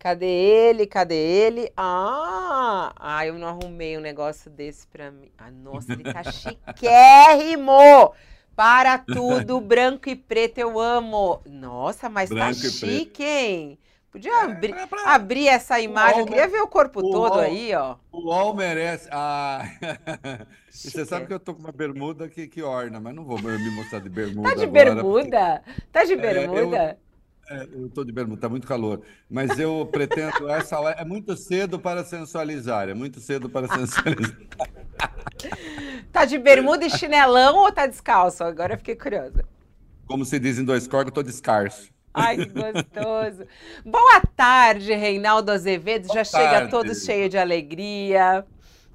Cadê ele? Cadê ele? Eu não arrumei um negócio desse pra mim. Ah, nossa, ele tá chiquérrimo! Para tudo, branco e preto eu amo. Nossa, mas tá Branco e preto. chique, hein? Podia É, abrir essa o imagem. Eu UOL, queria ver o corpo o todo UOL, aí, ó. o UOL merece. E você sabe Chique. que eu tô com uma bermuda que orna, mas não vou me mostrar de Tá bermuda de agora, porque bermuda? Tá de é, eu, bermuda? eu tô de bermuda, tá muito calor. Mas eu pretendo, essa hora, é muito cedo para sensualizar, é muito cedo para sensualizar. Tá de bermuda e chinelão ou tá descalço? Agora eu fiquei curiosa. Como se diz em dois cordas, eu tô descalço. Ai, que gostoso. Boa tarde, Reinaldo Azevedo. Boa Já chega todos tarde. cheio de alegria.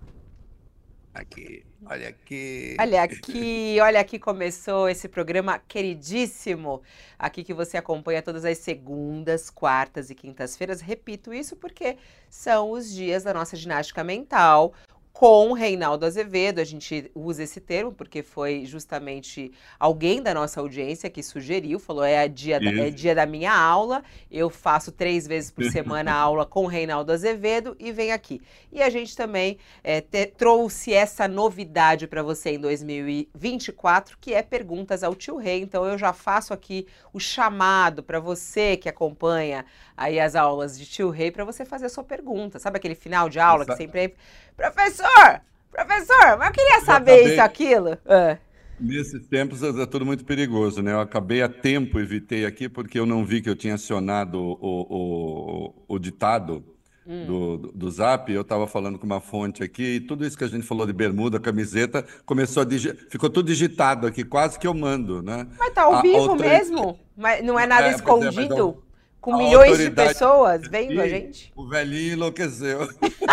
Aqui, olha aqui. Olha aqui começou esse programa queridíssimo. Aqui que você acompanha todas as segundas, quartas e quintas-feiras. Repito isso porque são os dias da nossa ginástica mental com Reinaldo Azevedo. A gente usa esse termo porque foi justamente alguém da nossa audiência que sugeriu, falou, é Isso. dia da minha aula, eu faço 3 vezes por semana aula com Reinaldo Azevedo e vem aqui. E a gente também trouxe essa novidade para você em 2024, que é perguntas ao tio Rei. Então eu já faço aqui o chamado para você que acompanha aí as aulas de tio Rei, para você fazer a sua pergunta. Sabe aquele final de aula que sempre é, professor, mas eu queria Eu saber isso, acabei. aquilo. Nesses tempos é tudo muito perigoso, né? Eu acabei a tempo, evitei aqui, porque eu não vi que eu tinha acionado o ditado do Zap. Eu estava falando com uma fonte aqui, e tudo isso que a gente falou de bermuda, camiseta, ficou tudo digitado aqui, quase que eu mando, né? Mas tá ao A vivo autoridade, mesmo? Mas não é nada pois é, mas escondido? Com a milhões de autoridade pessoas vendo a aqui, gente? o velhinho enlouqueceu.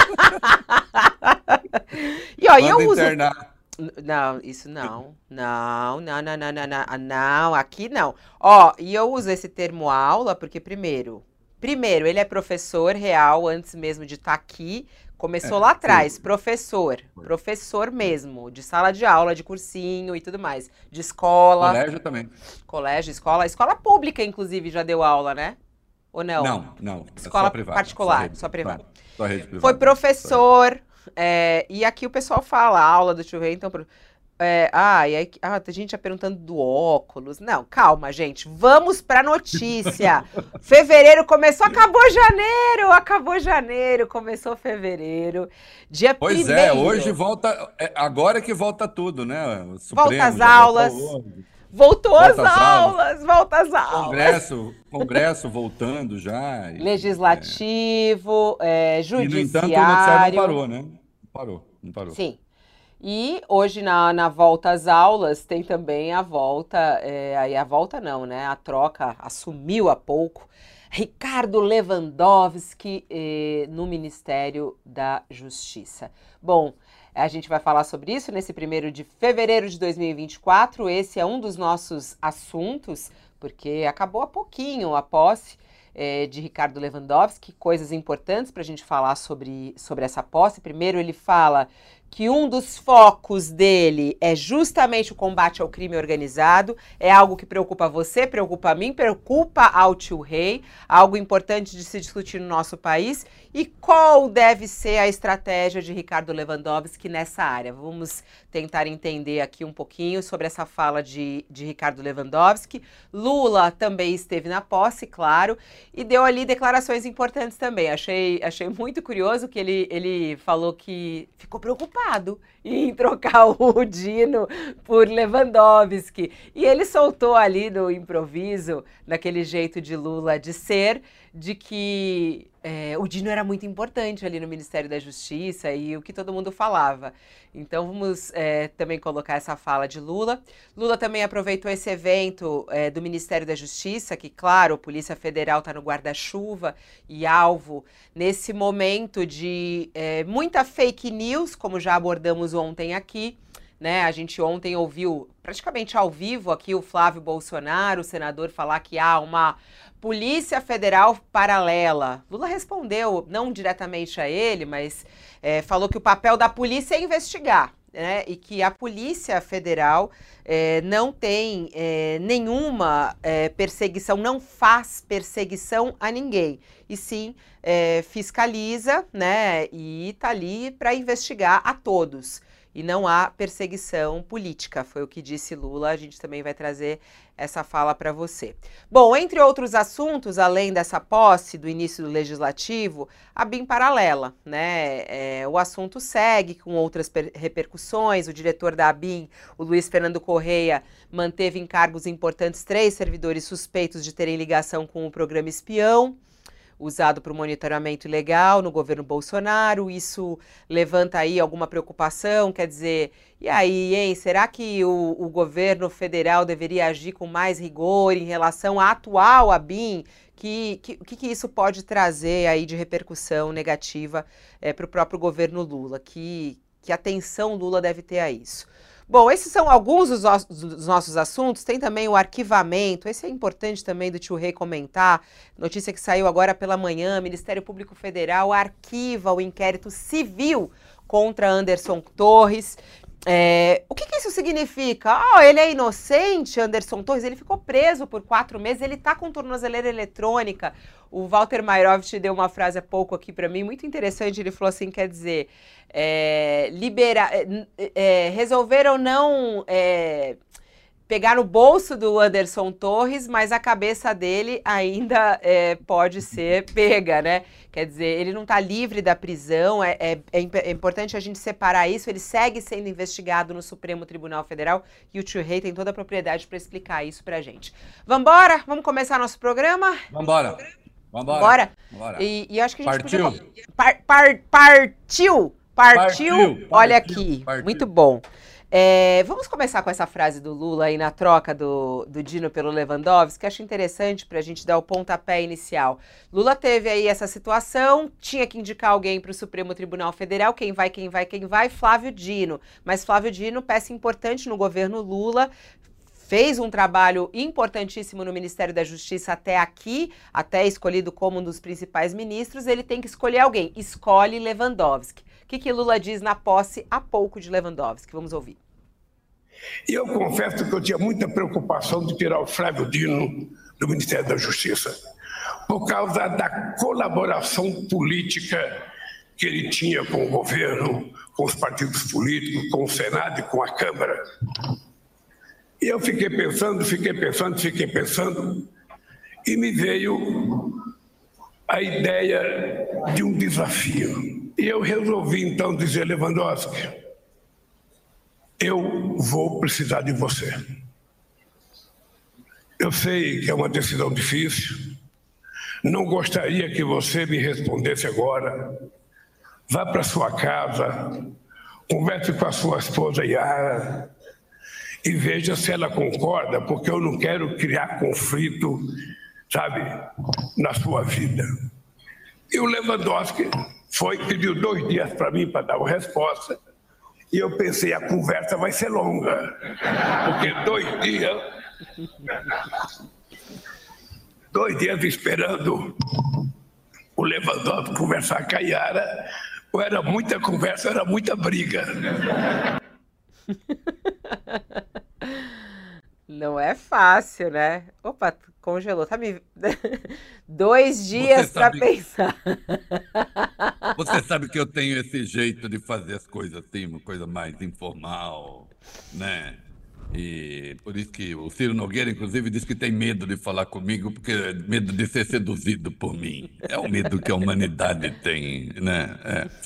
E ó, Manda eu uso. internar. Não, isso não. Não, aqui não. Ó, e eu uso esse termo aula porque, primeiro, ele é professor real, antes mesmo de estar aqui. Começou lá Foi, atrás, professor. foi, Professor foi. mesmo, de sala de aula, de cursinho e tudo mais. De escola, Colégio também. colégio, escola. Escola pública, inclusive, já deu aula, né? Ou não? Não, não, é só Escola privada, particular, só privada. só rede Foi privada. Só rede. professor, e aqui o pessoal fala, a aula do tio Rei, então... e aí, tem gente já perguntando do óculos. Não, calma, gente, vamos pra notícia. Fevereiro começou, acabou janeiro, começou fevereiro. Dia Pois é, hoje primeiro, volta, agora que volta tudo, né? O volta às Supremo já aulas, votou hoje, voltou às volta às aulas, aulas, volta às aulas. Congresso voltando já, enfim. Legislativo, E, no entanto, o noticiário não judiciário, parou, né? Não parou, não parou. sim. E hoje na volta às aulas tem também a volta, aí a volta não, né? A troca assumiu há pouco Ricardo Lewandowski no Ministério da Justiça. Bom, a gente vai falar sobre isso nesse 1º de fevereiro de 2024. Esse é um dos nossos assuntos, porque acabou há pouquinho a posse de Ricardo Lewandowski, coisas importantes para a gente falar sobre essa posse. Primeiro, ele fala que um dos focos dele é justamente o combate ao crime organizado. É algo que preocupa você, preocupa a mim, preocupa ao tio Rei, algo importante de se discutir no nosso país. E qual deve ser a estratégia de Ricardo Lewandowski nessa área? Vamos tentar entender aqui um pouquinho sobre essa fala de Ricardo Lewandowski. Lula também esteve na posse, claro, e deu ali declarações importantes também. Achei muito curioso que ele falou que ficou preocupado em trocar o Dino por Lewandowski. E ele soltou ali no improviso, naquele jeito de Lula de ser, de que o Dino era muito importante ali no Ministério da Justiça e o que todo mundo falava. Então vamos também colocar essa fala de Lula. Lula também aproveitou esse evento do Ministério da Justiça, que, claro, a Polícia Federal está no guarda-chuva e alvo nesse momento de muita fake news, como já abordamos ontem aqui. Né? A gente ontem ouviu praticamente ao vivo aqui o Flávio Bolsonaro, o senador, falar que há uma Polícia Federal paralela. Lula respondeu, não diretamente a ele, mas falou que o papel da polícia é investigar. né, e que a Polícia Federal não tem nenhuma perseguição, não faz perseguição a ninguém, e sim fiscaliza, né, e está ali para investigar a todos. E não há perseguição política, foi o que disse Lula. A gente também vai trazer essa fala para você. Bom, entre outros assuntos, além dessa posse do início do legislativo, a BIM paralela, né? O assunto segue com outras repercussões. O diretor da ABIN, o Luiz Fernando Correia, manteve em cargos importantes 3 servidores suspeitos de terem ligação com o programa espião, usado para o monitoramento ilegal no governo Bolsonaro. Isso levanta aí alguma preocupação, quer dizer, e aí, hein, será que o governo federal deveria agir com mais rigor em relação à atual ABIN? Que isso pode trazer aí de repercussão negativa para o próprio governo Lula? Que atenção Lula deve ter a isso? Bom, esses são alguns dos nossos assuntos. Tem também o arquivamento. Esse é importante também do Tio Rei comentar. Notícia que saiu agora pela manhã. Ministério Público Federal arquiva o inquérito civil contra Anderson Torres. O que isso significa? Ele é inocente, Anderson Torres, ele ficou preso por 4 meses, ele está com tornozeleira eletrônica. O Walter Mairovich deu uma frase há pouco aqui para mim, muito interessante, ele falou assim, quer dizer, resolveram não pegar no bolso do Anderson Torres, mas a cabeça dele ainda pode ser pega, né? Quer dizer, ele não está livre da prisão, é importante a gente separar isso, ele segue sendo investigado no Supremo Tribunal Federal e o Tio Rei tem toda a propriedade para explicar isso pra gente. Vambora? Vamos começar nosso programa? Vambora. Vambora? Vambora. E acho que a gente Partiu. Partiu! Partiu. Olha aqui, Partiu. muito bom. Vamos começar com essa frase do Lula aí na troca do Dino pelo Lewandowski, que acho interessante para a gente dar o pontapé inicial. Lula teve aí essa situação, tinha que indicar alguém para o Supremo Tribunal Federal, quem vai? Flávio Dino. Mas Flávio Dino, peça importante no governo Lula, fez um trabalho importantíssimo no Ministério da Justiça até aqui, até escolhido como um dos principais ministros, ele tem que escolher alguém. Escolhe Lewandowski. O que Lula diz na posse há pouco de Lewandowski? Vamos ouvir. E eu confesso que eu tinha muita preocupação de tirar o Flávio Dino do Ministério da Justiça, por causa da colaboração política que ele tinha com o governo, com os partidos políticos, com o Senado e com a Câmara. E eu fiquei pensando, e me veio a ideia de um desafio. E eu resolvi então dizer, Lewandowski, eu vou precisar de você. Eu sei que é uma decisão difícil, não gostaria que você me respondesse agora. Vá para sua casa, converse com a sua esposa Yara e veja se ela concorda, porque eu não quero criar conflito, sabe, na sua vida. E o Lewandowski pediu 2 dias para mim para dar uma resposta. E eu pensei, a conversa vai ser longa, porque 2 dias esperando o Lewandowski conversar com a Yara, ou era muita conversa, era muita briga. Não é fácil, né? Opa, congelou. Tá me... 2 dias para pensar. Você sabe que eu tenho esse jeito de fazer as coisas assim, uma coisa mais informal, né? E por isso que o Ciro Nogueira, inclusive, diz que tem medo de falar comigo, porque é medo de ser seduzido por mim. É o medo que a humanidade tem, né?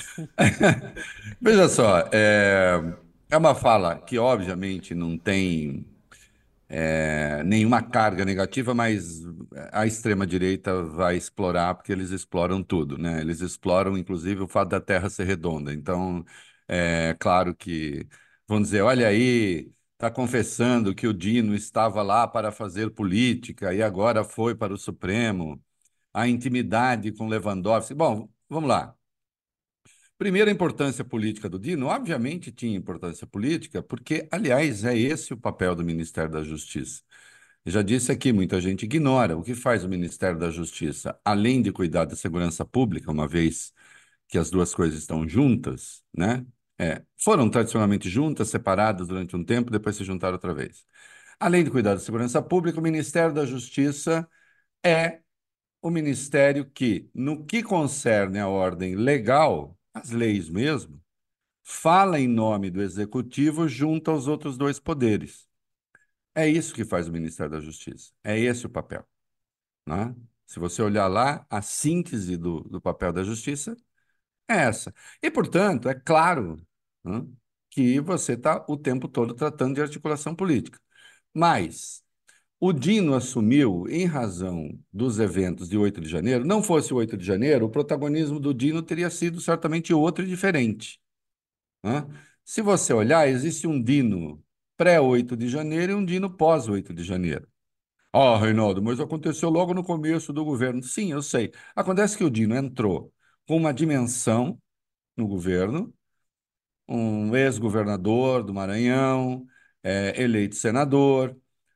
Veja só, é uma fala que, obviamente, não tem nenhuma carga negativa, mas a extrema-direita vai explorar, porque eles exploram tudo, né? Eles exploram, inclusive, o fato da Terra ser redonda. Então, é claro que vão dizer, olha aí, está confessando que o Dino estava lá para fazer política e agora foi para o Supremo. A intimidade com Lewandowski. Bom, vamos lá. Primeiro, a importância política do Dino, obviamente tinha importância política, porque, aliás, é esse o papel do Ministério da Justiça. Eu já disse aqui, muita gente ignora o que faz o Ministério da Justiça, além de cuidar da segurança pública, uma vez que as duas coisas estão juntas, né? Foram tradicionalmente juntas, separadas durante um tempo, depois se juntaram outra vez. Além de cuidar da segurança pública, o Ministério da Justiça é o ministério que, no que concerne a ordem legal, as leis mesmo, fala em nome do Executivo junto aos outros dois poderes. É isso que faz o Ministério da Justiça. É esse o papel, né? Se você olhar lá, a síntese do papel da Justiça é essa. E, portanto, é claro, né, que você está o tempo todo tratando de articulação política. Mas o Dino assumiu, em razão dos eventos de 8 de janeiro, não fosse o 8 de janeiro, o protagonismo do Dino teria sido certamente outro e diferente, né? Se você olhar, existe um Dino pré-8 de janeiro e um Dino pós-8 de janeiro. Ah, Reinaldo, mas aconteceu logo no começo do governo. Sim, eu sei. Acontece que o Dino entrou com uma dimensão no governo, um ex-governador do Maranhão, eleito senador.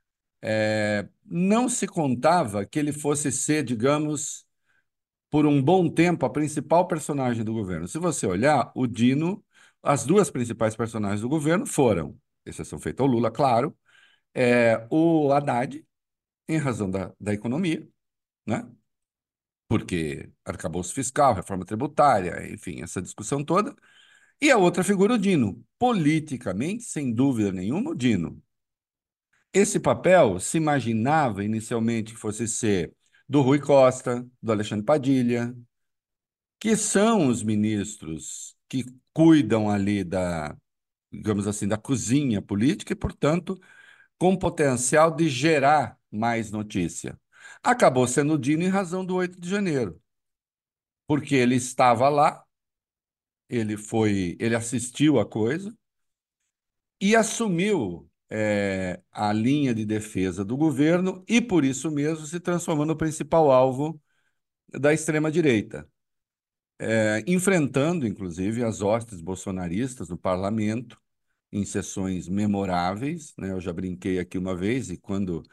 Não se contava que ele fosse ser, digamos, por um bom tempo, a principal personagem do governo. Se você olhar, o Dino, as duas principais personagens do governo foram, exceção feita ao Lula, claro, o Haddad, em razão da economia, né? Porque arcabouço fiscal, reforma tributária, enfim, essa discussão toda. E a outra figura, o Dino. Politicamente, sem dúvida nenhuma, o Dino. Esse papel se imaginava inicialmente que fosse ser do Rui Costa, do Alexandre Padilha, que são os ministros que cuidam ali da, digamos assim, da cozinha política e, portanto, com potencial de gerar mais notícia. Acabou sendo o Dino em razão do 8 de janeiro, porque ele estava lá, ele assistiu a coisa e assumiu a linha de defesa do governo e, por isso mesmo, se transformou no principal alvo da extrema-direita, enfrentando, inclusive, as hostes bolsonaristas no parlamento, em sessões memoráveis, né? Eu já brinquei aqui uma vez, e quando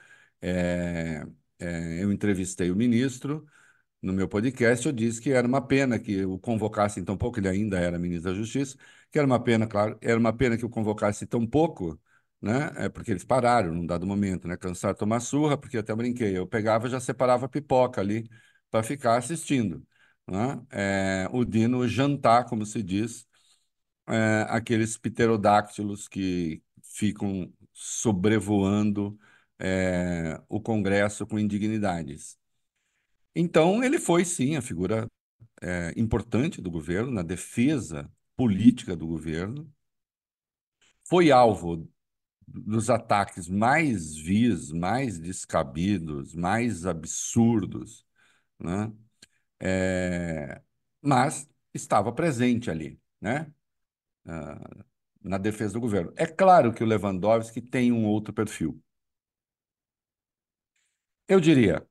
eu entrevistei o ministro, no meu podcast, eu disse que era uma pena que o convocassem tão pouco, ele ainda era ministro da Justiça, que era uma pena, claro, era uma pena que o convocasse tão pouco, né? Porque eles pararam num dado momento, né? Cansaram de tomar surra, porque eu até brinquei, eu pegava e já separava a pipoca ali para ficar assistindo, né? O Dino jantar, como se diz, aqueles pterodáctilos que ficam sobrevoando o Congresso com indignidades. Então, ele foi, sim, a figura importante do governo, na defesa política do governo, foi alvo dos ataques mais vis, mais descabidos, mais absurdos, né? É, mas estava presente ali, né? Na defesa do governo. É claro que o Lewandowski tem um outro perfil. Eu diria,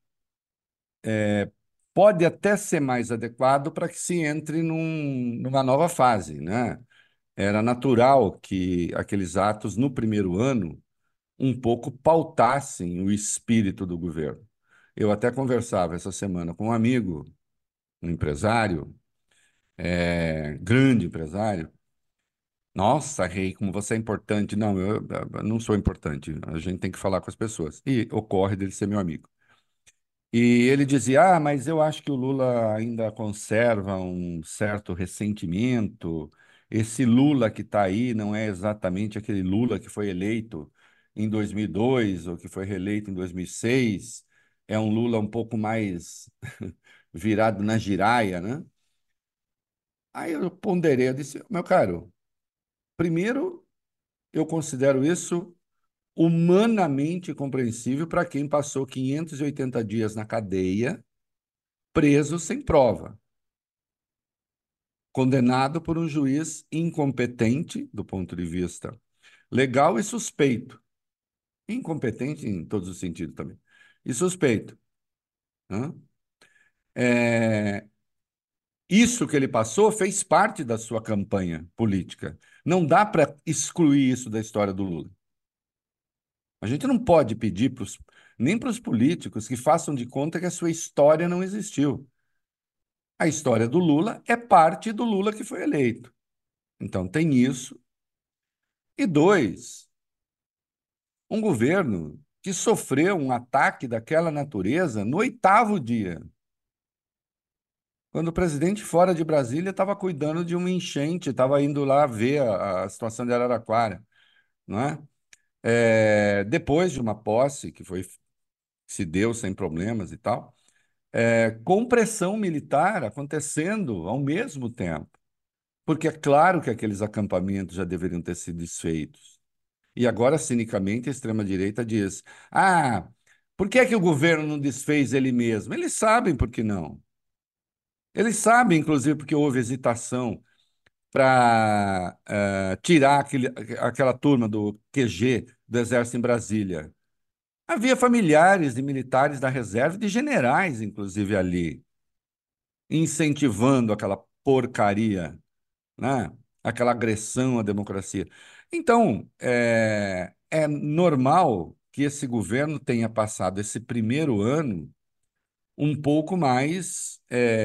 pode até ser mais adequado para que se entre numa nova fase, né? Era natural que aqueles atos, no primeiro ano, um pouco pautassem o espírito do governo. Eu até conversava essa semana com um amigo, um empresário, grande empresário. Nossa, Rei, como você é importante. Não, eu não sou importante. A gente tem que falar com as pessoas. E ocorre dele ser meu amigo. E ele dizia: Ah, mas eu acho que o Lula ainda conserva um certo ressentimento. Esse Lula que está aí não é exatamente aquele Lula que foi eleito em 2002 ou que foi reeleito em 2006. É um Lula um pouco mais virado na giraia, né? Aí eu ponderei, eu disse: Meu caro, primeiro, eu considero isso humanamente compreensível para quem passou 580 dias na cadeia preso sem prova, condenado por um juiz incompetente do ponto de vista legal e suspeito. Incompetente em todos os sentidos também. E suspeito, né? É, Isso que ele passou fez parte da sua campanha política. Não dá para excluir isso da história do Lula. A gente não pode pedir nem para os políticos que façam de conta que a sua história não existiu. A história do Lula é parte do Lula que foi eleito. Então, tem isso. E dois, um governo que sofreu um ataque daquela natureza no oitavo dia, quando o presidente fora de Brasília estava cuidando de uma enchente, estava indo lá ver a situação de Araraquara, não é? Depois de uma posse que foi se deu sem problemas e tal, com pressão militar acontecendo ao mesmo tempo, porque é claro que aqueles acampamentos já deveriam ter sido desfeitos. E agora, cinicamente, a extrema-direita diz: ah, por que é que o governo não desfez ele mesmo? Eles sabem por que não. Eles sabem, inclusive, porque houve hesitação para tirar aquela turma do QG do Exército em Brasília. Havia familiares de militares da reserva, de generais, inclusive, ali, incentivando aquela porcaria, né? Aquela agressão à democracia. Então, é normal que esse governo tenha passado esse primeiro ano um pouco mais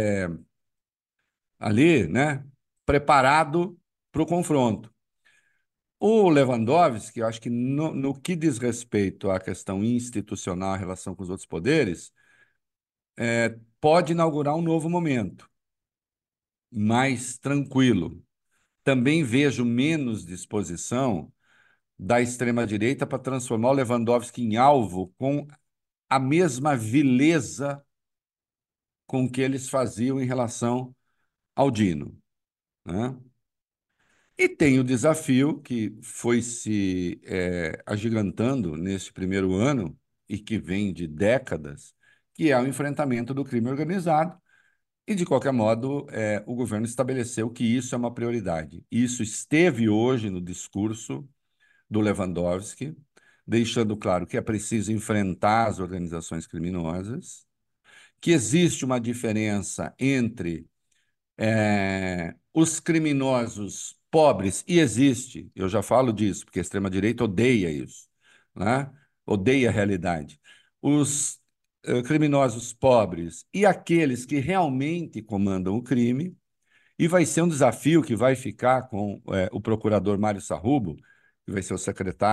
ali, né? Preparado para o confronto. O Lewandowski, eu acho que no que diz respeito à questão institucional, a relação com os outros poderes, pode inaugurar um novo momento, mais tranquilo. Também vejo menos disposição da extrema-direita para transformar o Lewandowski em alvo com a mesma vileza com que eles faziam em relação ao Dino, né? E tem o desafio que foi se agigantando nesse primeiro ano e que vem de décadas, que é o enfrentamento do crime organizado. E, de qualquer modo, o governo estabeleceu que isso é uma prioridade. Isso esteve hoje no discurso do Lewandowski, deixando claro que é preciso enfrentar as organizações criminosas, que existe uma diferença entre os criminosos pobres, e existe, eu já falo disso, porque a extrema-direita odeia isso, né? Odeia a realidade. Os criminosos pobres e aqueles que realmente comandam o crime, e vai ser um desafio que vai ficar com o procurador Mário Sarrubo, que vai ser o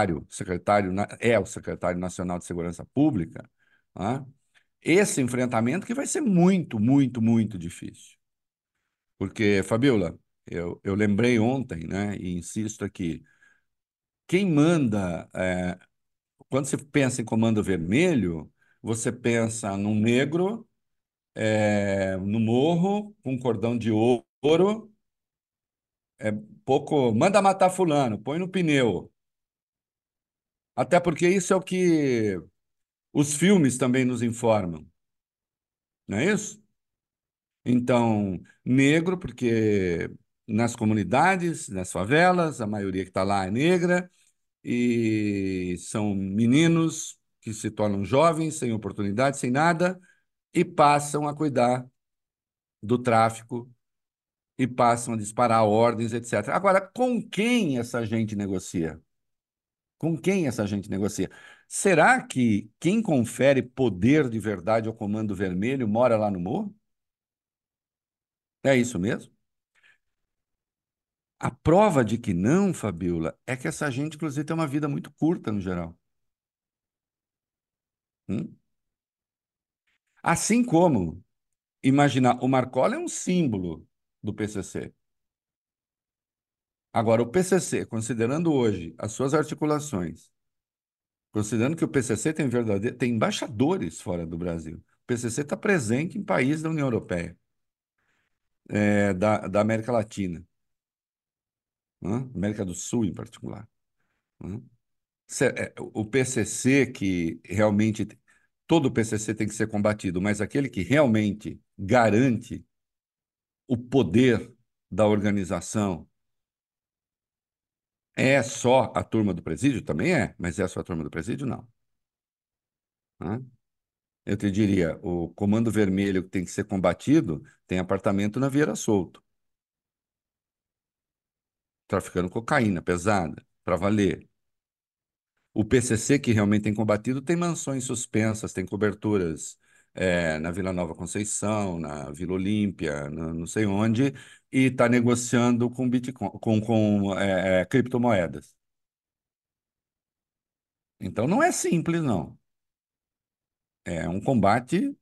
o secretário nacional de Segurança Pública, né? Esse enfrentamento que vai ser muito, muito, muito difícil. Porque, Fabiola, eu lembrei ontem, né, e insisto aqui, quem manda, quando você pensa em Comando Vermelho, você pensa num negro, no morro, com um cordão de ouro, pouco, manda matar fulano, põe no pneu. Até porque isso é o que os filmes também nos informam, não é isso? Então, negro, porque nas comunidades, nas favelas, a maioria que está lá é negra, e são meninos que se tornam jovens, sem oportunidade, sem nada, e passam a cuidar do tráfico e passam a disparar ordens, etc. Agora, com quem essa gente negocia? Com quem essa gente negocia? Será que quem confere poder de verdade ao Comando Vermelho mora lá no morro? É isso mesmo? A prova de que não, Fabiola, é que essa gente, inclusive, tem uma vida muito curta no geral. Hum? Assim como, imaginar, o Marcola é um símbolo do PCC. Agora, o PCC, considerando hoje as suas articulações, considerando que o PCC tem embaixadores fora do Brasil, o PCC está presente em países da União Europeia, da América Latina, né? América do Sul em particular, né? O PCC que realmente, todo o PCC tem que ser combatido, mas aquele que realmente garante o poder da organização é só a turma do presídio? Também é, mas é só a turma do presídio? Não, né? Eu te diria, o Comando Vermelho que tem que ser combatido tem apartamento na Vieira Solto, traficando cocaína pesada, para valer. O PCC que realmente tem combatido tem mansões suspensas, tem coberturas na Vila Nova Conceição, na Vila Olímpia, não sei onde, e está negociando com Bitcoin, com criptomoedas. Então não é simples, não. É um combate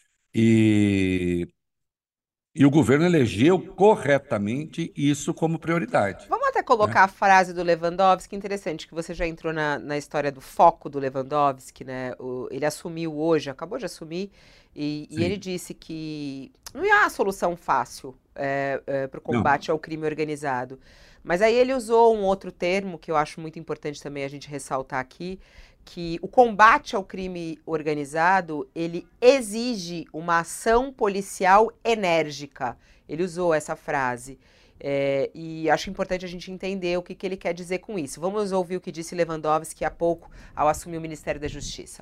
e, e o governo elegeu corretamente isso como prioridade, Vamos até né? colocar a frase do Lewandowski, interessante, que você já entrou na história do foco do Lewandowski, né? Ele assumiu hoje, acabou de assumir, e ele Sim. disse que não há solução fácil para o Não. combate ao crime organizado. Mas aí ele usou um outro termo que eu acho muito importante também a gente ressaltar aqui, que o combate ao crime organizado, ele exige uma ação policial enérgica. Ele usou essa frase. E acho importante a gente entender o que ele quer dizer com isso. Vamos ouvir o que disse Lewandowski há pouco ao assumir o Ministério da Justiça.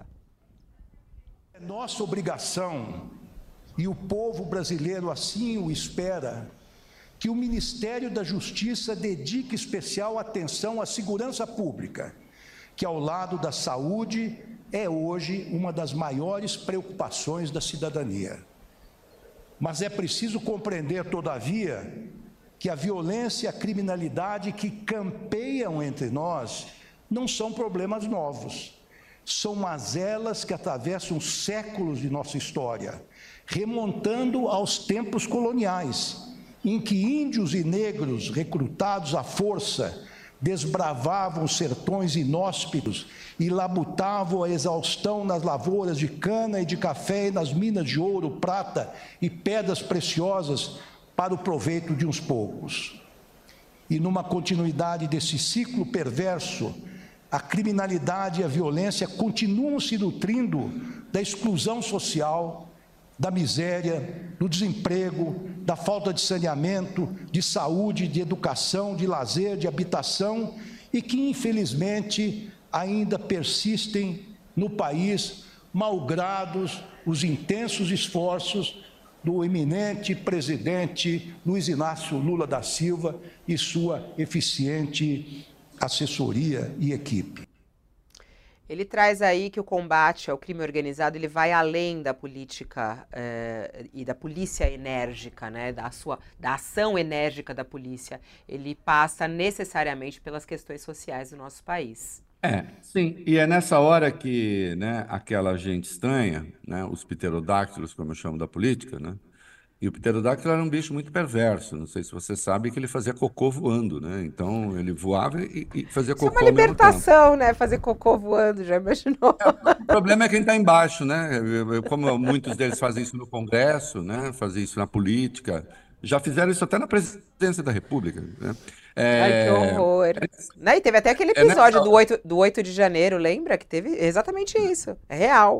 É nossa obrigação, e o povo brasileiro assim o espera, que o Ministério da Justiça dedique especial atenção à segurança pública, que ao lado da saúde é hoje uma das maiores preocupações da cidadania. Mas é preciso compreender, todavia, que a violência e a criminalidade que campeiam entre nós não são problemas novos. São mazelas que atravessam séculos de nossa história, remontando aos tempos coloniais, em que índios e negros recrutados à força desbravavam sertões inóspitos e labutavam a exaustão nas lavouras de cana e de café e nas minas de ouro, prata e pedras preciosas para o proveito de uns poucos. E numa continuidade desse ciclo perverso, a criminalidade e a violência continuam se nutrindo da exclusão social, da miséria, do desemprego, da falta de saneamento, de saúde, de educação, de lazer, de habitação, e que, infelizmente, ainda persistem no país, malgrados os intensos esforços do eminente presidente Luiz Inácio Lula da Silva e sua eficiente assessoria e equipe. Ele traz aí que o combate ao crime organizado ele vai além da política e da polícia enérgica, né, da ação enérgica da polícia. Ele passa necessariamente pelas questões sociais do nosso país. Sim, e é nessa hora que, né, aquela gente estranha, né, os pterodáctilos, como eu chamo da política, né, e o pterodáctilo era um bicho muito perverso, não sei se você sabe que ele fazia cocô voando, né, então ele voava e fazia Isso é uma cocô ao mesmo tempo. libertação, né? Fazer cocô voando, já imaginou? O problema é quem está embaixo, né, como muitos deles fazem isso no Congresso, né, fazem isso na política, já fizeram isso até na presidência da República, né. Ai, que É, horror. Né? E teve até aquele é nessa episódio do 8 de janeiro, lembra? Que teve exatamente isso. É real.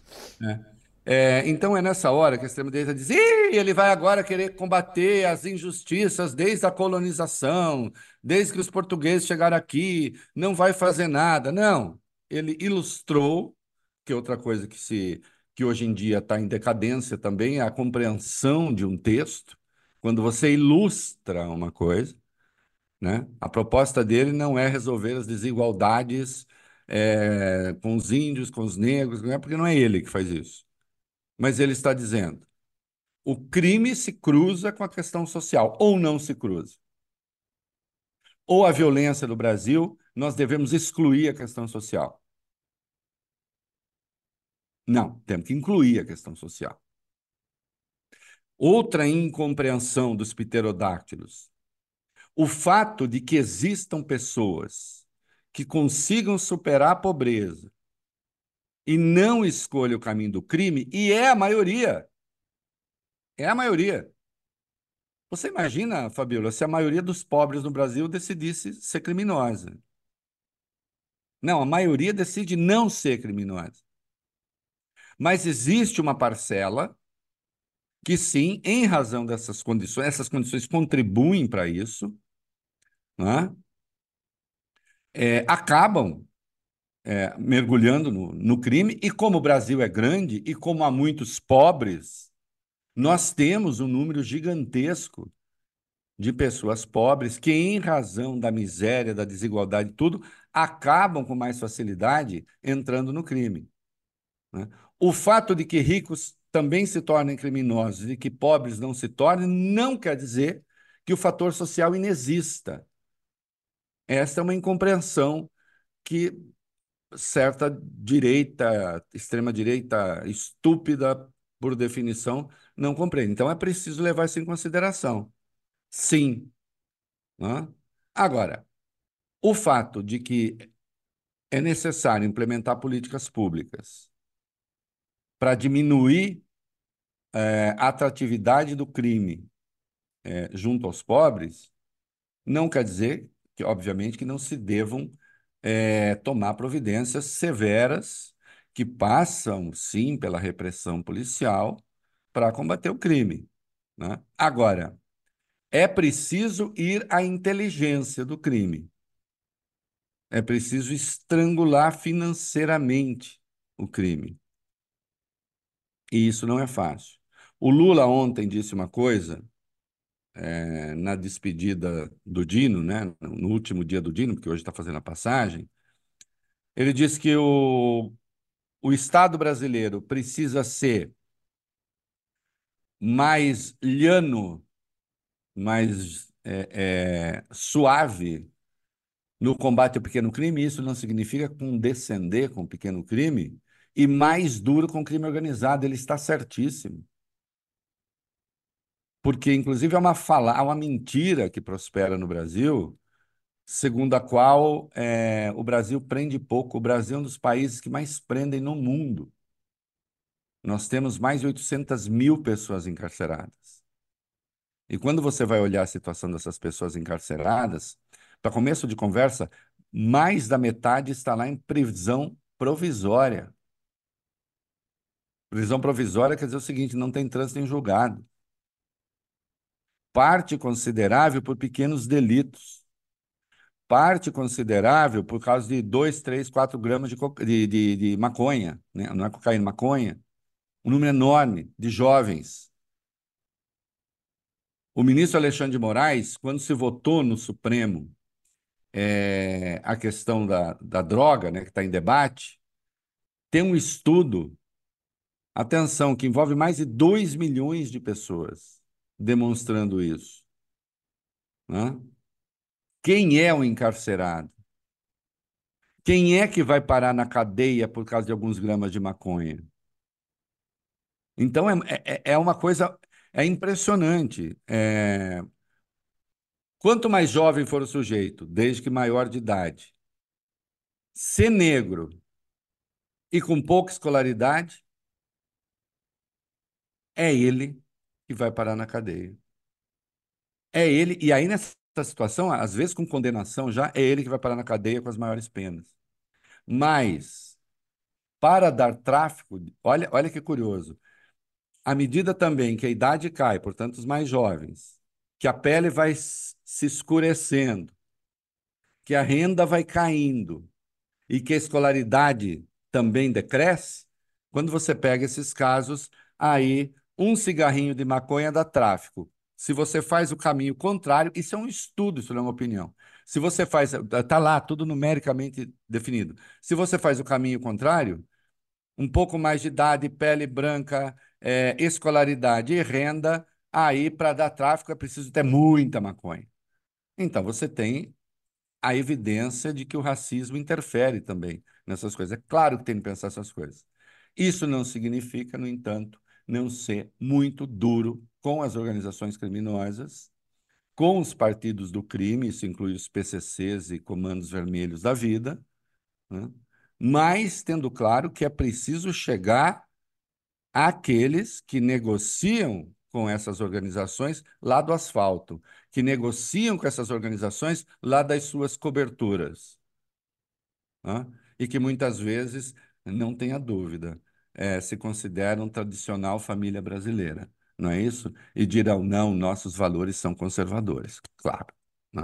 Então é nessa hora que a extrema-direita diz: Ih, ele vai agora querer combater as injustiças desde a colonização, desde que os portugueses chegaram aqui, não vai fazer nada. Não, ele ilustrou, que é outra coisa que hoje em dia está em decadência também, é a compreensão de um texto. Quando você ilustra uma coisa, né? A proposta dele não é resolver as desigualdades com os índios, com os negros, não é porque não é ele que faz isso. Mas ele está dizendo: o crime se cruza com a questão social, ou não se cruza. Ou a violência do Brasil, nós devemos excluir a questão social. Não, temos que incluir a questão social. Outra incompreensão dos pterodáctilos: o fato de que existam pessoas que consigam superar a pobreza e não escolham o caminho do crime, e é a maioria. É a maioria. Você imagina, Fabíola, se a maioria dos pobres no Brasil decidisse ser criminosa? Não, a maioria decide não ser criminosa. Mas existe uma parcela que, sim, em razão dessas condições, essas condições contribuem para isso, né? Acabam mergulhando no crime, e como o Brasil é grande e como há muitos pobres, nós temos um número gigantesco de pessoas pobres que, em razão da miséria, da desigualdade, tudo, acabam com mais facilidade entrando no crime, né? O fato de que ricos também se tornem criminosos e que pobres não se tornem, não quer dizer que o fator social inexista. Esta é uma incompreensão que certa direita, extrema-direita estúpida, por definição, não compreende. Então é preciso levar isso em consideração. Sim. Né? Agora, o fato de que é necessário implementar políticas públicas para diminuir a atratividade do crime junto aos pobres, não quer dizer que, obviamente, que não se devam tomar providências severas que passam, sim, pela repressão policial para combater o crime. Né? Agora, é preciso ir à inteligência do crime. É preciso estrangular financeiramente o crime. E isso não é fácil. O Lula ontem disse uma coisa, na despedida do Dino, né? No último dia do Dino, porque hoje está fazendo a passagem. Ele disse que o Estado brasileiro precisa ser mais llano, mais suave no combate ao pequeno crime. Isso não significa condescender com o pequeno crime, e mais duro com o crime organizado. Ele está certíssimo. Porque, inclusive, há uma mentira que prospera no Brasil, segundo a qual o Brasil prende pouco. O Brasil é um dos países que mais prendem no mundo. Nós temos mais de 800 mil pessoas encarceradas. E quando você vai olhar a situação dessas pessoas encarceradas, para começo de conversa, mais da metade está lá em prisão provisória. Prisão provisória quer dizer o seguinte: não tem trânsito em julgado. Parte considerável por pequenos delitos. Parte considerável por causa de 2, 3, 4 gramas de maconha, né? Não é cocaína, maconha. Um número enorme de jovens. O ministro Alexandre de Moraes, quando se votou no Supremo a questão da droga, né, que está em debate, tem um estudo, atenção, que envolve mais de 2 milhões de pessoas demonstrando isso. Né? Quem é o encarcerado? Quem é que vai parar na cadeia por causa de alguns gramas de maconha? Então, é uma coisa impressionante. Quanto mais jovem for o sujeito, desde que maior de idade, ser negro e com pouca escolaridade, é ele que vai parar na cadeia. É ele, e aí nessa situação, às vezes com condenação já, é ele que vai parar na cadeia com as maiores penas. Mas, para dar tráfico, olha que curioso, à medida também que a idade cai, portanto, os mais jovens, que a pele vai se escurecendo, que a renda vai caindo e que a escolaridade também decresce, quando você pega esses casos, aí um cigarrinho de maconha dá tráfico. Se você faz o caminho contrário, isso é um estudo, isso não é uma opinião. Se você faz, está lá, tudo numericamente definido. Se você faz o caminho contrário, um pouco mais de idade, pele branca, escolaridade e renda, aí para dar tráfico é preciso ter muita maconha. Então você tem a evidência de que o racismo interfere também nessas coisas. É claro que tem que pensar essas coisas. Isso não significa, no entanto, não ser muito duro com as organizações criminosas, com os partidos do crime, isso inclui os PCCs e comandos vermelhos da vida, né? Mas tendo claro que é preciso chegar àqueles que negociam com essas organizações lá do asfalto, que negociam com essas organizações lá das suas coberturas, né? E que muitas vezes, não tenha dúvida, se consideram tradicional família brasileira, não é isso? E dirão, não, nossos valores são conservadores, claro, né?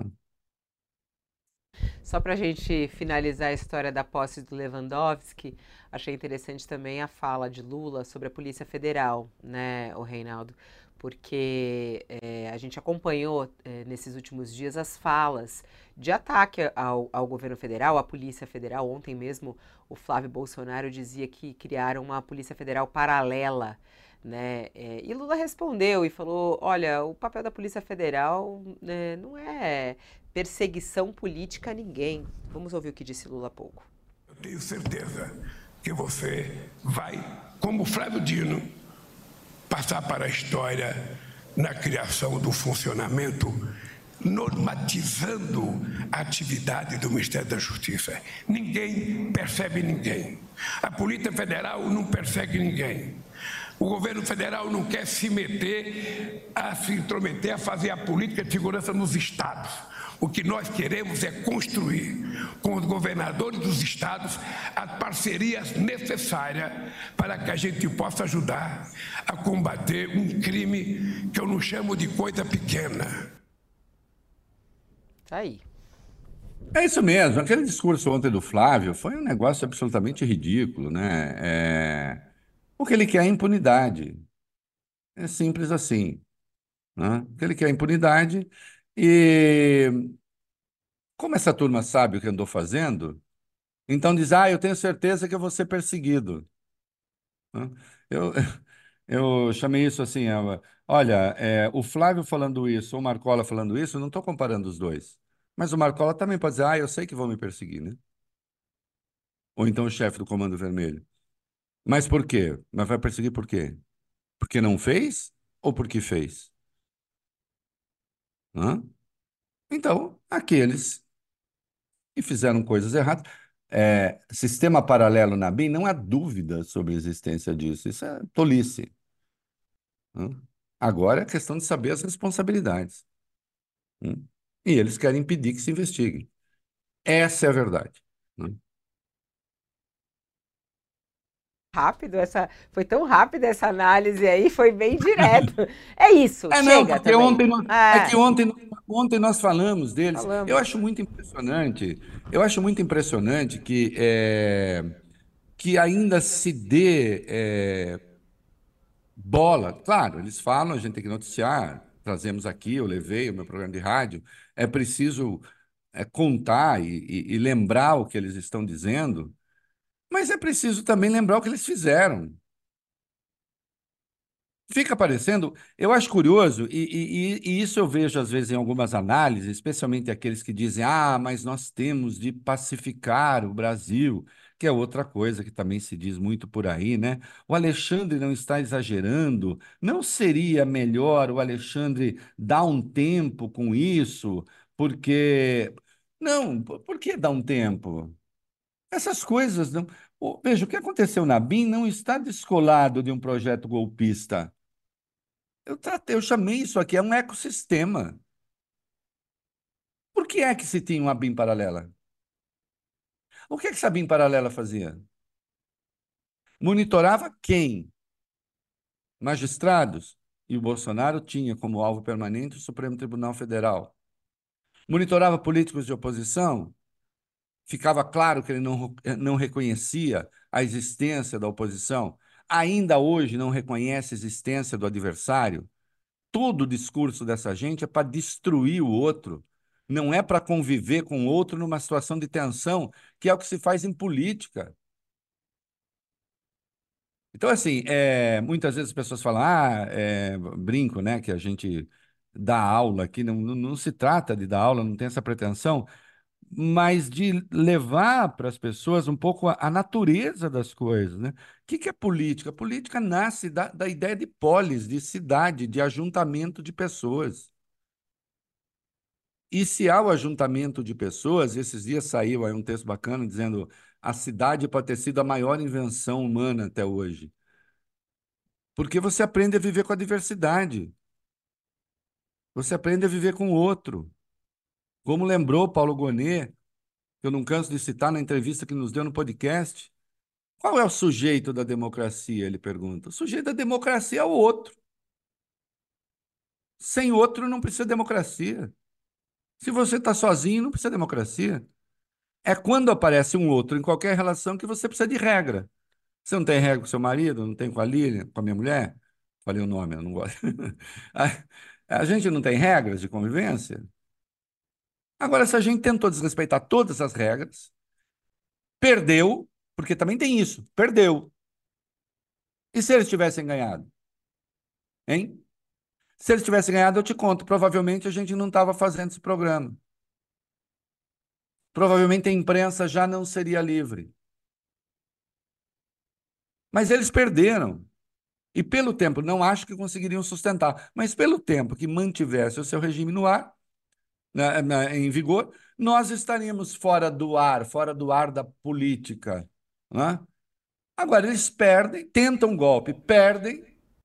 Só para a gente finalizar a história da posse do Lewandowski, achei interessante também a fala de Lula sobre a Polícia Federal, né, o Reinaldo? porque a gente acompanhou nesses últimos dias as falas de ataque ao governo federal, à Polícia Federal. Ontem mesmo o Flávio Bolsonaro dizia que criaram uma Polícia Federal paralela, né? E Lula respondeu e falou: olha, o papel da Polícia Federal, né, não é perseguição política a ninguém. Vamos ouvir o que disse Lula há pouco. Eu tenho certeza que você vai, como Flávio Dino, passar para a história na criação do funcionamento, normatizando a atividade do Ministério da Justiça. Ninguém percebe ninguém. A Polícia Federal não persegue ninguém. O governo federal não quer se meter, a se intrometer, a fazer a política de segurança nos estados. O que nós queremos é construir com os governadores dos estados as parcerias necessárias para que a gente possa ajudar a combater um crime que eu não chamo de coisa pequena. Tá aí. É isso mesmo. Aquele discurso ontem do Flávio foi um negócio absolutamente ridículo, né? O que ele quer é impunidade. É simples assim, né? O que ele quer é impunidade. E como essa turma sabe o que andou fazendo, então diz: eu tenho certeza que eu vou ser perseguido, né? Eu, eu chamei isso assim: olha, o Flávio falando isso, ou o Marcola falando isso, eu não estou comparando os dois. Mas o Marcola também pode dizer: eu sei que vão me perseguir, né? Ou então o chefe do Comando Vermelho. Mas por quê? Mas vai perseguir por quê? Porque não fez ou porque fez? Hã? Então, aqueles que fizeram coisas erradas. Sistema paralelo na BIM, não há dúvida sobre a existência disso. Isso é tolice. Hã? Agora é questão de saber as responsabilidades. Hã? E eles querem impedir que se investigue. Essa é a verdade. Né? Foi tão rápida essa análise aí, foi bem direto. É isso, Não, chega porque também. ontem nós falamos deles. Eu Falamos. acho muito impressionante. Eu acho muito impressionante que ainda se dê bola. Claro, eles falam, a gente tem que noticiar. Trazemos aqui, eu levei o meu programa de rádio. É preciso contar e lembrar o que eles estão dizendo, mas é preciso também lembrar o que eles fizeram. Fica parecendo, eu acho curioso, e isso eu vejo às vezes em algumas análises, especialmente aqueles que dizem: mas nós temos de pacificar o Brasil, que é outra coisa que também se diz muito por aí, né? O Alexandre não está exagerando, não seria melhor o Alexandre dar um tempo com isso? Porque. Não, por que dar um tempo? Essas coisas não. Veja, o que aconteceu na BIM não está descolado de um projeto golpista. Eu chamei isso aqui, é um ecossistema. Por que é que se tinha uma BIM paralela? O que é que essa BIM paralela fazia? Monitorava quem? Magistrados. E o Bolsonaro tinha como alvo permanente o Supremo Tribunal Federal. Monitorava políticos de oposição. Ficava claro que ele não reconhecia a existência da oposição. Ainda hoje não reconhece a existência do adversário. Todo o discurso dessa gente é para destruir o outro, não é para conviver com o outro numa situação de tensão, que é o que se faz em política. Então, assim, muitas vezes as pessoas falam, brinco, né, que a gente dá aula aqui, não se trata de dar aula, não tem essa pretensão, mas de levar para as pessoas um pouco a natureza das coisas, né? O que é política? Política nasce da ideia de polis, de cidade, de ajuntamento de pessoas. E se há o ajuntamento de pessoas, esses dias saiu aí um texto bacana dizendo: a cidade pode ter sido a maior invenção humana até hoje. Porque você aprende a viver com a diversidade, você aprende a viver com o outro. Como lembrou Paulo Gonet, que eu não canso de citar na entrevista que nos deu no podcast, qual é o sujeito da democracia? Ele pergunta. O sujeito da democracia é o outro. Sem outro não precisa de democracia. Se você está sozinho, não precisa de democracia. É quando aparece um outro em qualquer relação que você precisa de regra. Você não tem regra com seu marido, não tem com a Lilian, com a minha mulher? Falei o nome, eu não gosto. A gente não tem regras de convivência? Agora, se a gente tentou desrespeitar todas as regras, perdeu, porque também tem isso, perdeu. E se eles tivessem ganhado? Hein? Se eles tivessem ganhado, eu te conto, provavelmente a gente não estava fazendo esse programa. Provavelmente a imprensa já não seria livre. Mas eles perderam. E pelo tempo, não acho que conseguiriam sustentar, mas pelo tempo que mantivesse o seu regime no ar, em vigor, nós estaríamos fora do ar da política, né? Agora, eles perdem, tentam um golpe, perdem,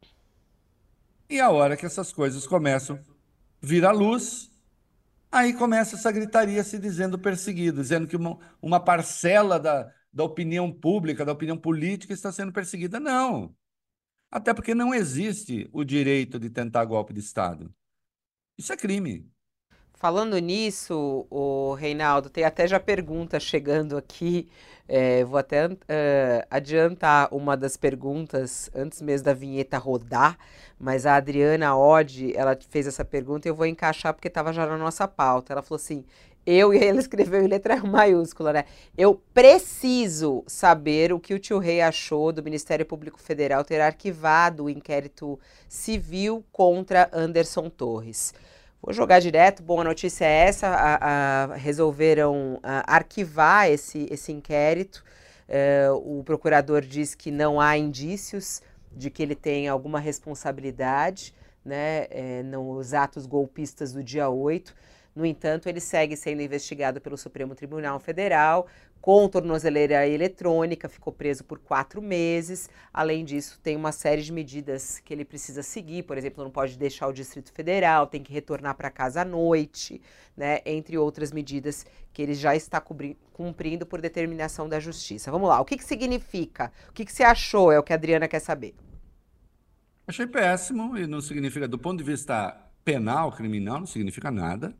e a hora que essas coisas começam a vir à luz, aí começa essa gritaria se dizendo perseguido, dizendo que uma parcela da opinião pública, da opinião política está sendo perseguida. Não, até porque não existe o direito de tentar golpe de Estado. Isso é crime. Falando nisso, o Reinaldo, tem até já pergunta chegando aqui. Vou até adiantar uma das perguntas antes mesmo da vinheta rodar, mas a Adriana Odd, ela fez essa pergunta e eu vou encaixar porque estava já na nossa pauta. Ela falou assim, e aí ela escreveu em letra maiúscula, né? Eu preciso saber o que o tio Rei achou do Ministério Público Federal ter arquivado o inquérito civil contra Anderson Torres. Vou jogar direto. Bom, a notícia é essa: resolveram arquivar esse inquérito. O procurador diz que não há indícios de que ele tenha alguma responsabilidade, né, nos atos golpistas do dia 8. No entanto, ele segue sendo investigado pelo Supremo Tribunal Federal com tornozeleira eletrônica, ficou preso por 4 meses. Além disso, tem uma série de medidas que ele precisa seguir, por exemplo, não pode deixar o Distrito Federal, tem que retornar para casa à noite, né, entre outras medidas que ele já está cumprindo por determinação da Justiça. Vamos lá, o que significa? O que você achou? É o que a Adriana quer saber. Achei péssimo e não significa, do ponto de vista penal, criminal, não significa nada.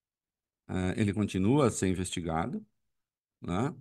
Ele continua a ser investigado, né?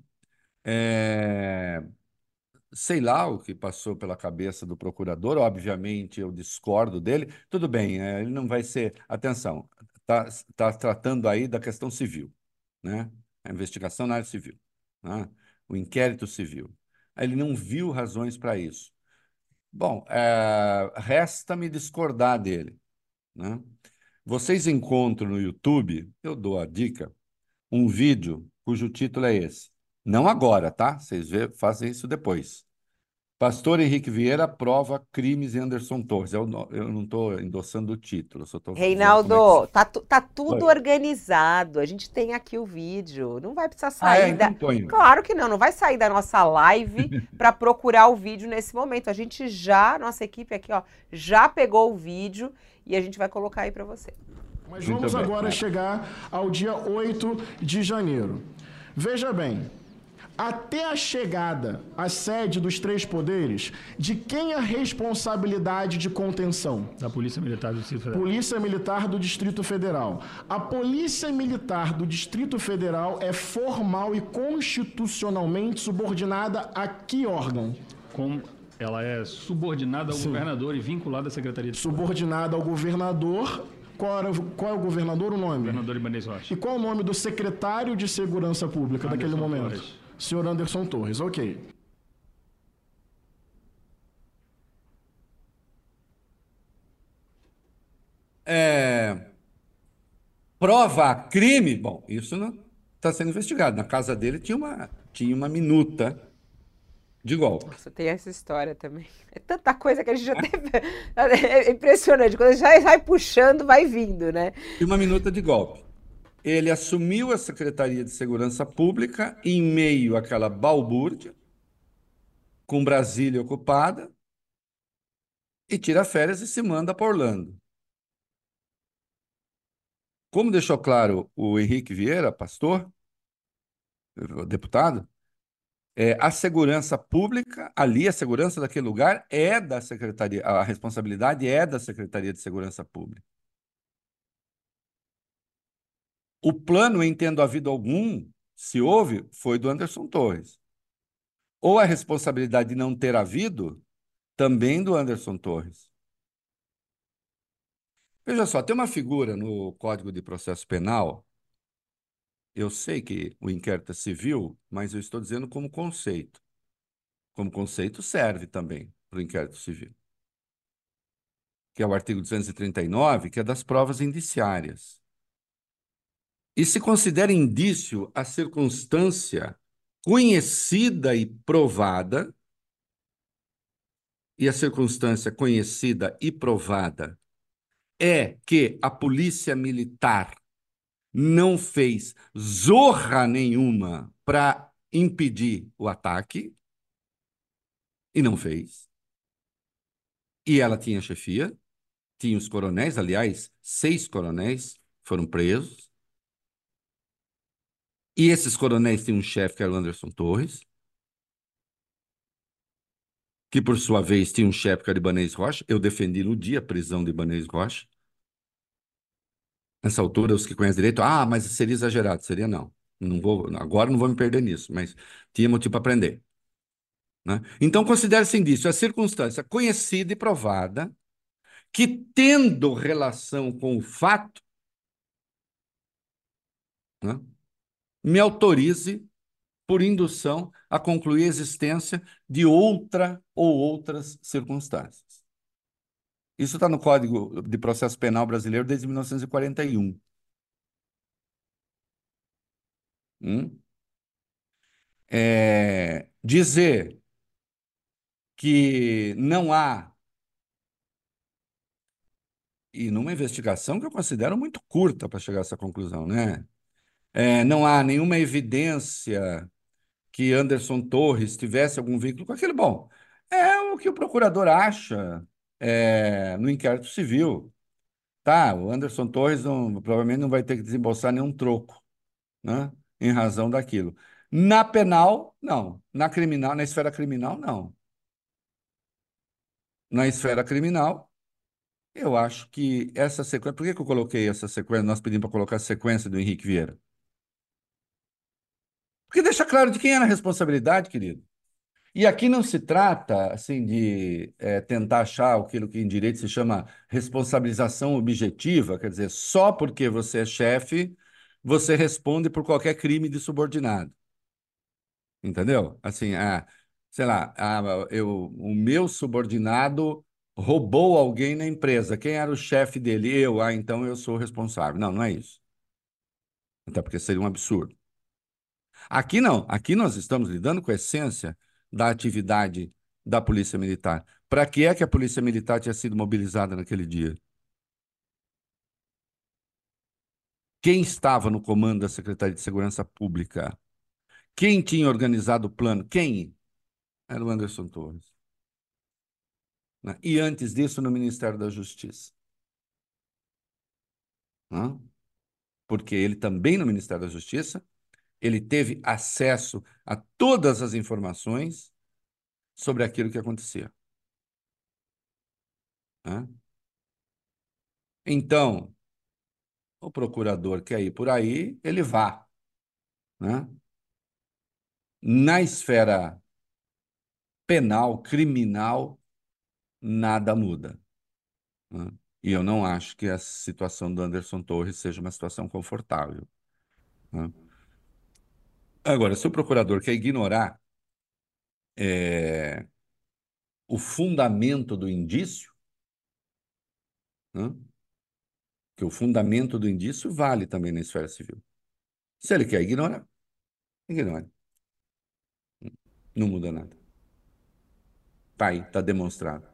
É, sei lá o que passou pela cabeça do procurador, obviamente eu discordo dele. Tudo bem, ele não vai ser. Atenção, tá tratando aí da questão civil, né? A investigação na área civil, né? O inquérito civil. Ele não viu razões para isso. Bom, resta-me discordar dele, né? Vocês encontram no YouTube, eu dou a dica, um vídeo cujo título é esse. Não agora, tá? Vocês fazem isso depois. Pastor Henrique Vieira prova crimes em Anderson Torres. Eu não estou endossando o título, só estou dizendo como é que Reinaldo, se... tá tudo Oi. organizado. A gente tem aqui o vídeo. Não vai precisar sair da. Então põe. Claro que não, não vai sair da nossa live para procurar o vídeo nesse momento. A gente já, nossa equipe aqui, ó, já pegou o vídeo e a gente vai colocar aí para você. Mas Muito vamos bem, agora vai. chegar ao dia 8 de janeiro. Veja bem, até a chegada à sede dos três poderes, de quem a responsabilidade de contenção? Da Polícia Militar do Distrito Federal. Polícia Militar do Distrito Federal. A Polícia Militar do Distrito Federal é formal e constitucionalmente subordinada a que órgão? Ela é subordinada ao governador e vinculada à Secretaria de Subordinada ao governador. Qual é o governador, o nome? Governador Ibanez Rocha. E qual é o nome do secretário de Segurança Pública daquele Anderson momento? Torres. Senhor Anderson Torres, ok. Prova crime? Bom, isso não está sendo investigado. Na casa dele tinha uma minuta de golpe. Nossa, tem essa história também. É tanta coisa que a gente já teve. É impressionante. Quando a gente vai puxando, vai vindo, né? Tinha uma minuta de golpe. Ele assumiu a Secretaria de Segurança Pública em meio àquela balbúrdia, com Brasília ocupada, e tira férias e se manda para Orlando. Como deixou claro o Henrique Vieira, pastor, deputado, a segurança pública, ali, a segurança daquele lugar é da Secretaria, a responsabilidade é da Secretaria de Segurança Pública. O plano, em tendo havido algum, se houve, foi do Anderson Torres. Ou a responsabilidade de não ter havido, também do Anderson Torres. Veja só, tem uma figura no Código de Processo Penal. Eu sei que o inquérito é civil, mas eu estou dizendo como conceito. Como conceito serve também para o inquérito civil, que é o artigo 239, que é das provas indiciárias. E se considera indício a circunstância conhecida e provada, e a circunstância conhecida e provada é que a polícia militar não fez zorra nenhuma para impedir o ataque, e não fez. E ela tinha chefia, tinha os coronéis, aliás, 6 coronéis foram presos. E esses coronéis tinham um chefe, que era o Anderson Torres, que por sua vez tinha um chefe, que era o Ibanez Rocha. Eu defendi no dia a prisão de Ibanez Rocha. Nessa altura, os que conhecem direito, mas seria exagerado. Seria não. Agora não vou me perder nisso, mas tinha motivo para aprender. Né? Então, considera-se indício a circunstância conhecida e provada que, tendo relação com o fato, né, me autorize, por indução, a concluir a existência de outra ou outras circunstâncias. Isso está no Código de Processo Penal brasileiro desde 1941. Dizer que não há, e numa investigação que eu considero muito curta para chegar a essa conclusão, né? Não há nenhuma evidência que Anderson Torres tivesse algum vínculo com aquele. Bom, é o que o procurador acha no inquérito civil. Tá, o Anderson Torres provavelmente não vai ter que desembolsar nenhum troco, né? Em razão daquilo. Na penal, não. Na criminal, na esfera criminal, não. Na esfera criminal, eu acho que essa sequência. Por que eu coloquei essa sequência? Nós pedimos para colocar a sequência do Henrique Vieira. Porque deixa claro de quem era a responsabilidade, querido. E aqui não se trata assim de tentar achar aquilo que em direito se chama responsabilização objetiva, quer dizer, só porque você é chefe, você responde por qualquer crime de subordinado. Entendeu? Assim, sei lá, o meu subordinado roubou alguém na empresa. Quem era o chefe dele? Eu. Então eu sou responsável. Não, não é isso. Até porque seria um absurdo. Aqui não. Aqui nós estamos lidando com a essência da atividade da Polícia Militar. Para que é que a Polícia Militar tinha sido mobilizada naquele dia? Quem estava no comando da Secretaria de Segurança Pública? Quem tinha organizado o plano? Quem? Era o Anderson Torres. Né? E antes disso, no Ministério da Justiça. Né? Porque ele também, no Ministério da Justiça, ele teve acesso a todas as informações sobre aquilo que acontecia. Né? Então, o procurador quer ir por aí, ele vá. Né? Na esfera penal, criminal, nada muda. Né? E eu não acho que a situação do Anderson Torres seja uma situação confortável. Né? Agora, se o procurador quer ignorar o fundamento do indício, né? Que o fundamento do indício vale também na esfera civil. Se ele quer ignorar, ignore. Não muda nada. Tá aí, tá demonstrado.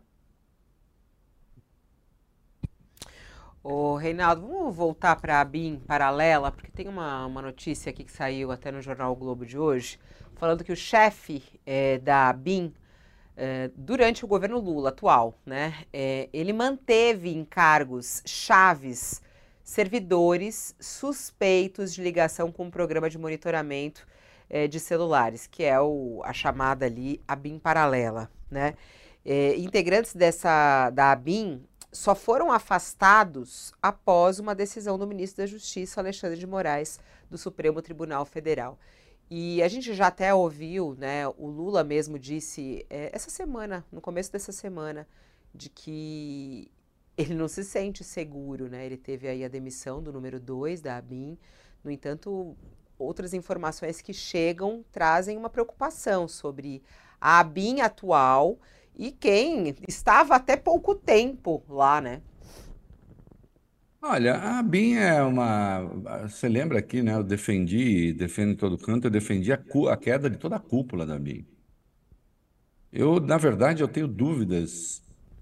Ô, Reinaldo, vamos voltar para a BIM paralela, porque tem uma notícia aqui que saiu até no jornal o Globo de hoje, falando que o chefe da BIM, durante o governo Lula atual, né, ele manteve em cargos chaves servidores suspeitos de ligação com o programa de monitoramento de celulares, que é a chamada ali a BIM paralela, né? Integrantes da BIM só foram afastados após uma decisão do ministro da Justiça, Alexandre de Moraes, do Supremo Tribunal Federal. E a gente já até ouviu, né, o Lula mesmo disse essa semana, no começo dessa semana, de que ele não se sente seguro, né? Ele teve aí a demissão do número 2 da ABIN. No entanto, outras informações que chegam trazem uma preocupação sobre a ABIN atual e quem estava até pouco tempo lá, né? Olha, a BIM é uma. Você lembra aqui, né? Eu defendi, defendo em todo canto, eu defendi a queda de toda a cúpula da BIM. Eu, na verdade, eu tenho dúvidas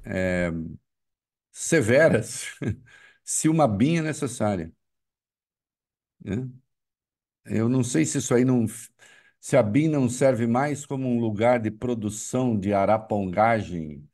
severas se uma BIM é necessária, né? Eu não sei se isso aí não. Se a BIM não serve mais como um lugar de produção de arapongagem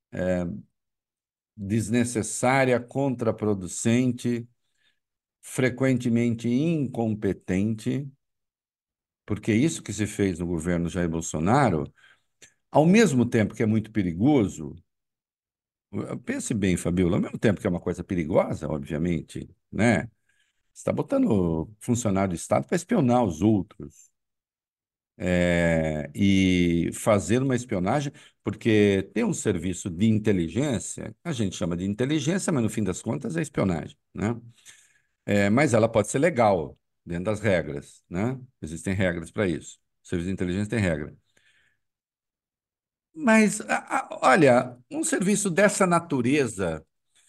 desnecessária, contraproducente, frequentemente incompetente, porque é isso que se fez no governo Jair Bolsonaro, ao mesmo tempo que é muito perigoso, pense bem, Fabiola, ao mesmo tempo que é uma coisa perigosa, obviamente, né? Você está botando funcionário do Estado para espionar os outros. E fazer uma espionagem, porque tem um serviço de inteligência, a gente chama de inteligência, mas no fim das contas é espionagem, né? Mas ela pode ser legal, dentro das regras, né? Existem regras para isso. O serviço de inteligência tem regra. Mas, olha, um serviço dessa natureza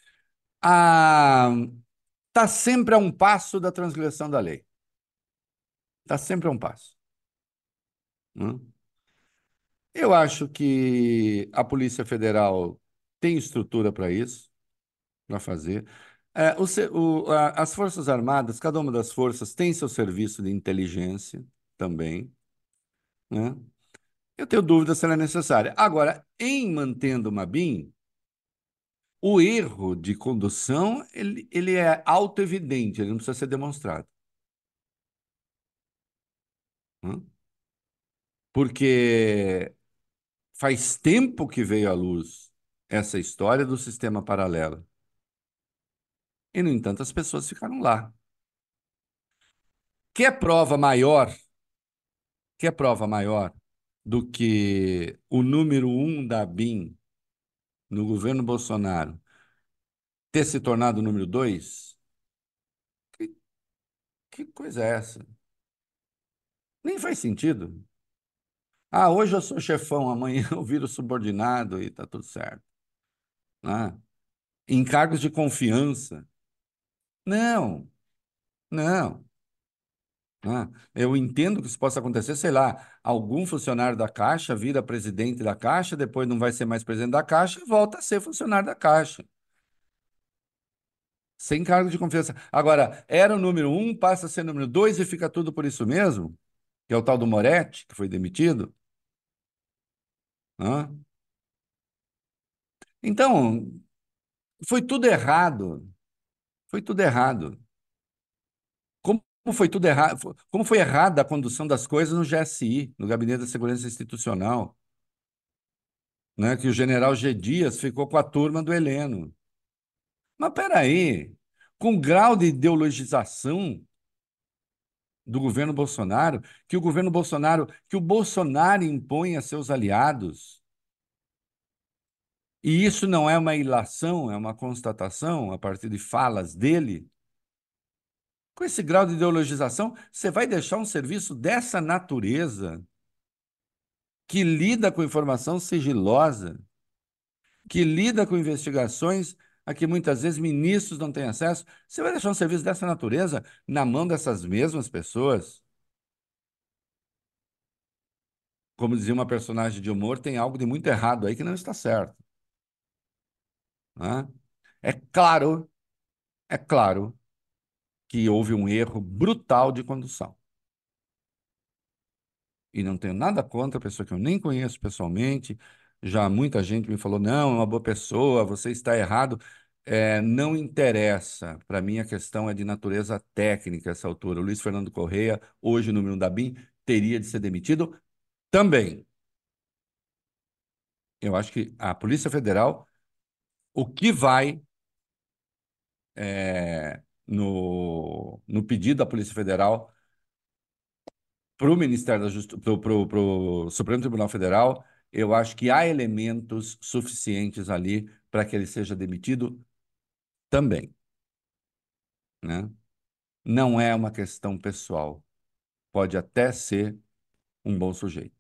está sempre a um passo da transgressão da lei. Está sempre a um passo, né? Eu acho que a Polícia Federal tem estrutura para isso, para fazer. As Forças Armadas, cada uma das forças tem seu serviço de inteligência também, né? Eu tenho dúvida se ela é necessária. Agora, em mantendo uma BIM, o erro de condução, ele é autoevidente, ele não precisa ser demonstrado, né? Porque faz tempo que veio à luz essa história do sistema paralelo. E, no entanto, as pessoas ficaram lá. Quer prova maior? Quer prova maior do que o número um da BIM no governo Bolsonaro ter se tornado o número dois? Que, que coisa é essa? Nem faz sentido. Ah, hoje eu sou chefão, amanhã eu viro subordinado e tá tudo certo, né? Em cargos de confiança. Não, não, né? Eu entendo que isso possa acontecer, sei lá, algum funcionário da Caixa vira presidente da Caixa, depois não vai ser mais presidente da Caixa e volta a ser funcionário da Caixa. Sem cargo de confiança. Agora, era o número um, passa a ser número dois e fica tudo por isso mesmo, que é o tal do Moretti, que foi demitido, né? Então, foi tudo errado. Foi tudo errado. Como foi tudo errado? Como foi errada a condução das coisas no GSI, no Gabinete da Segurança Institucional, né? Que o general G. Dias ficou com a turma do Heleno. Mas peraí, com o grau de ideologização do governo Bolsonaro, que o Bolsonaro impõe a seus aliados, e isso não é uma ilação, é uma constatação a partir de falas dele. Com esse grau de ideologização, você vai deixar um serviço dessa natureza, que lida com informação sigilosa, que lida com investigações a que muitas vezes ministros não têm acesso. Você vai deixar um serviço dessa natureza na mão dessas mesmas pessoas? Como dizia uma personagem de humor, tem algo de muito errado aí que não está certo, né? É claro, é claro que houve um erro brutal de condução. E não tenho nada contra a pessoa que eu nem conheço pessoalmente. Já muita gente me falou: não, é uma boa pessoa, você está errado. Não interessa. Para mim, a questão é de natureza técnica essa altura. O Luiz Fernando Correia, hoje número um da BIM, teria de ser demitido também. Eu acho que a Polícia Federal, o que vai no pedido da Polícia Federal para o Ministério da Justiça, para o Supremo Tribunal Federal, eu acho que há elementos suficientes ali para que ele seja demitido também, né? Não é uma questão pessoal. Pode até ser um bom sujeito.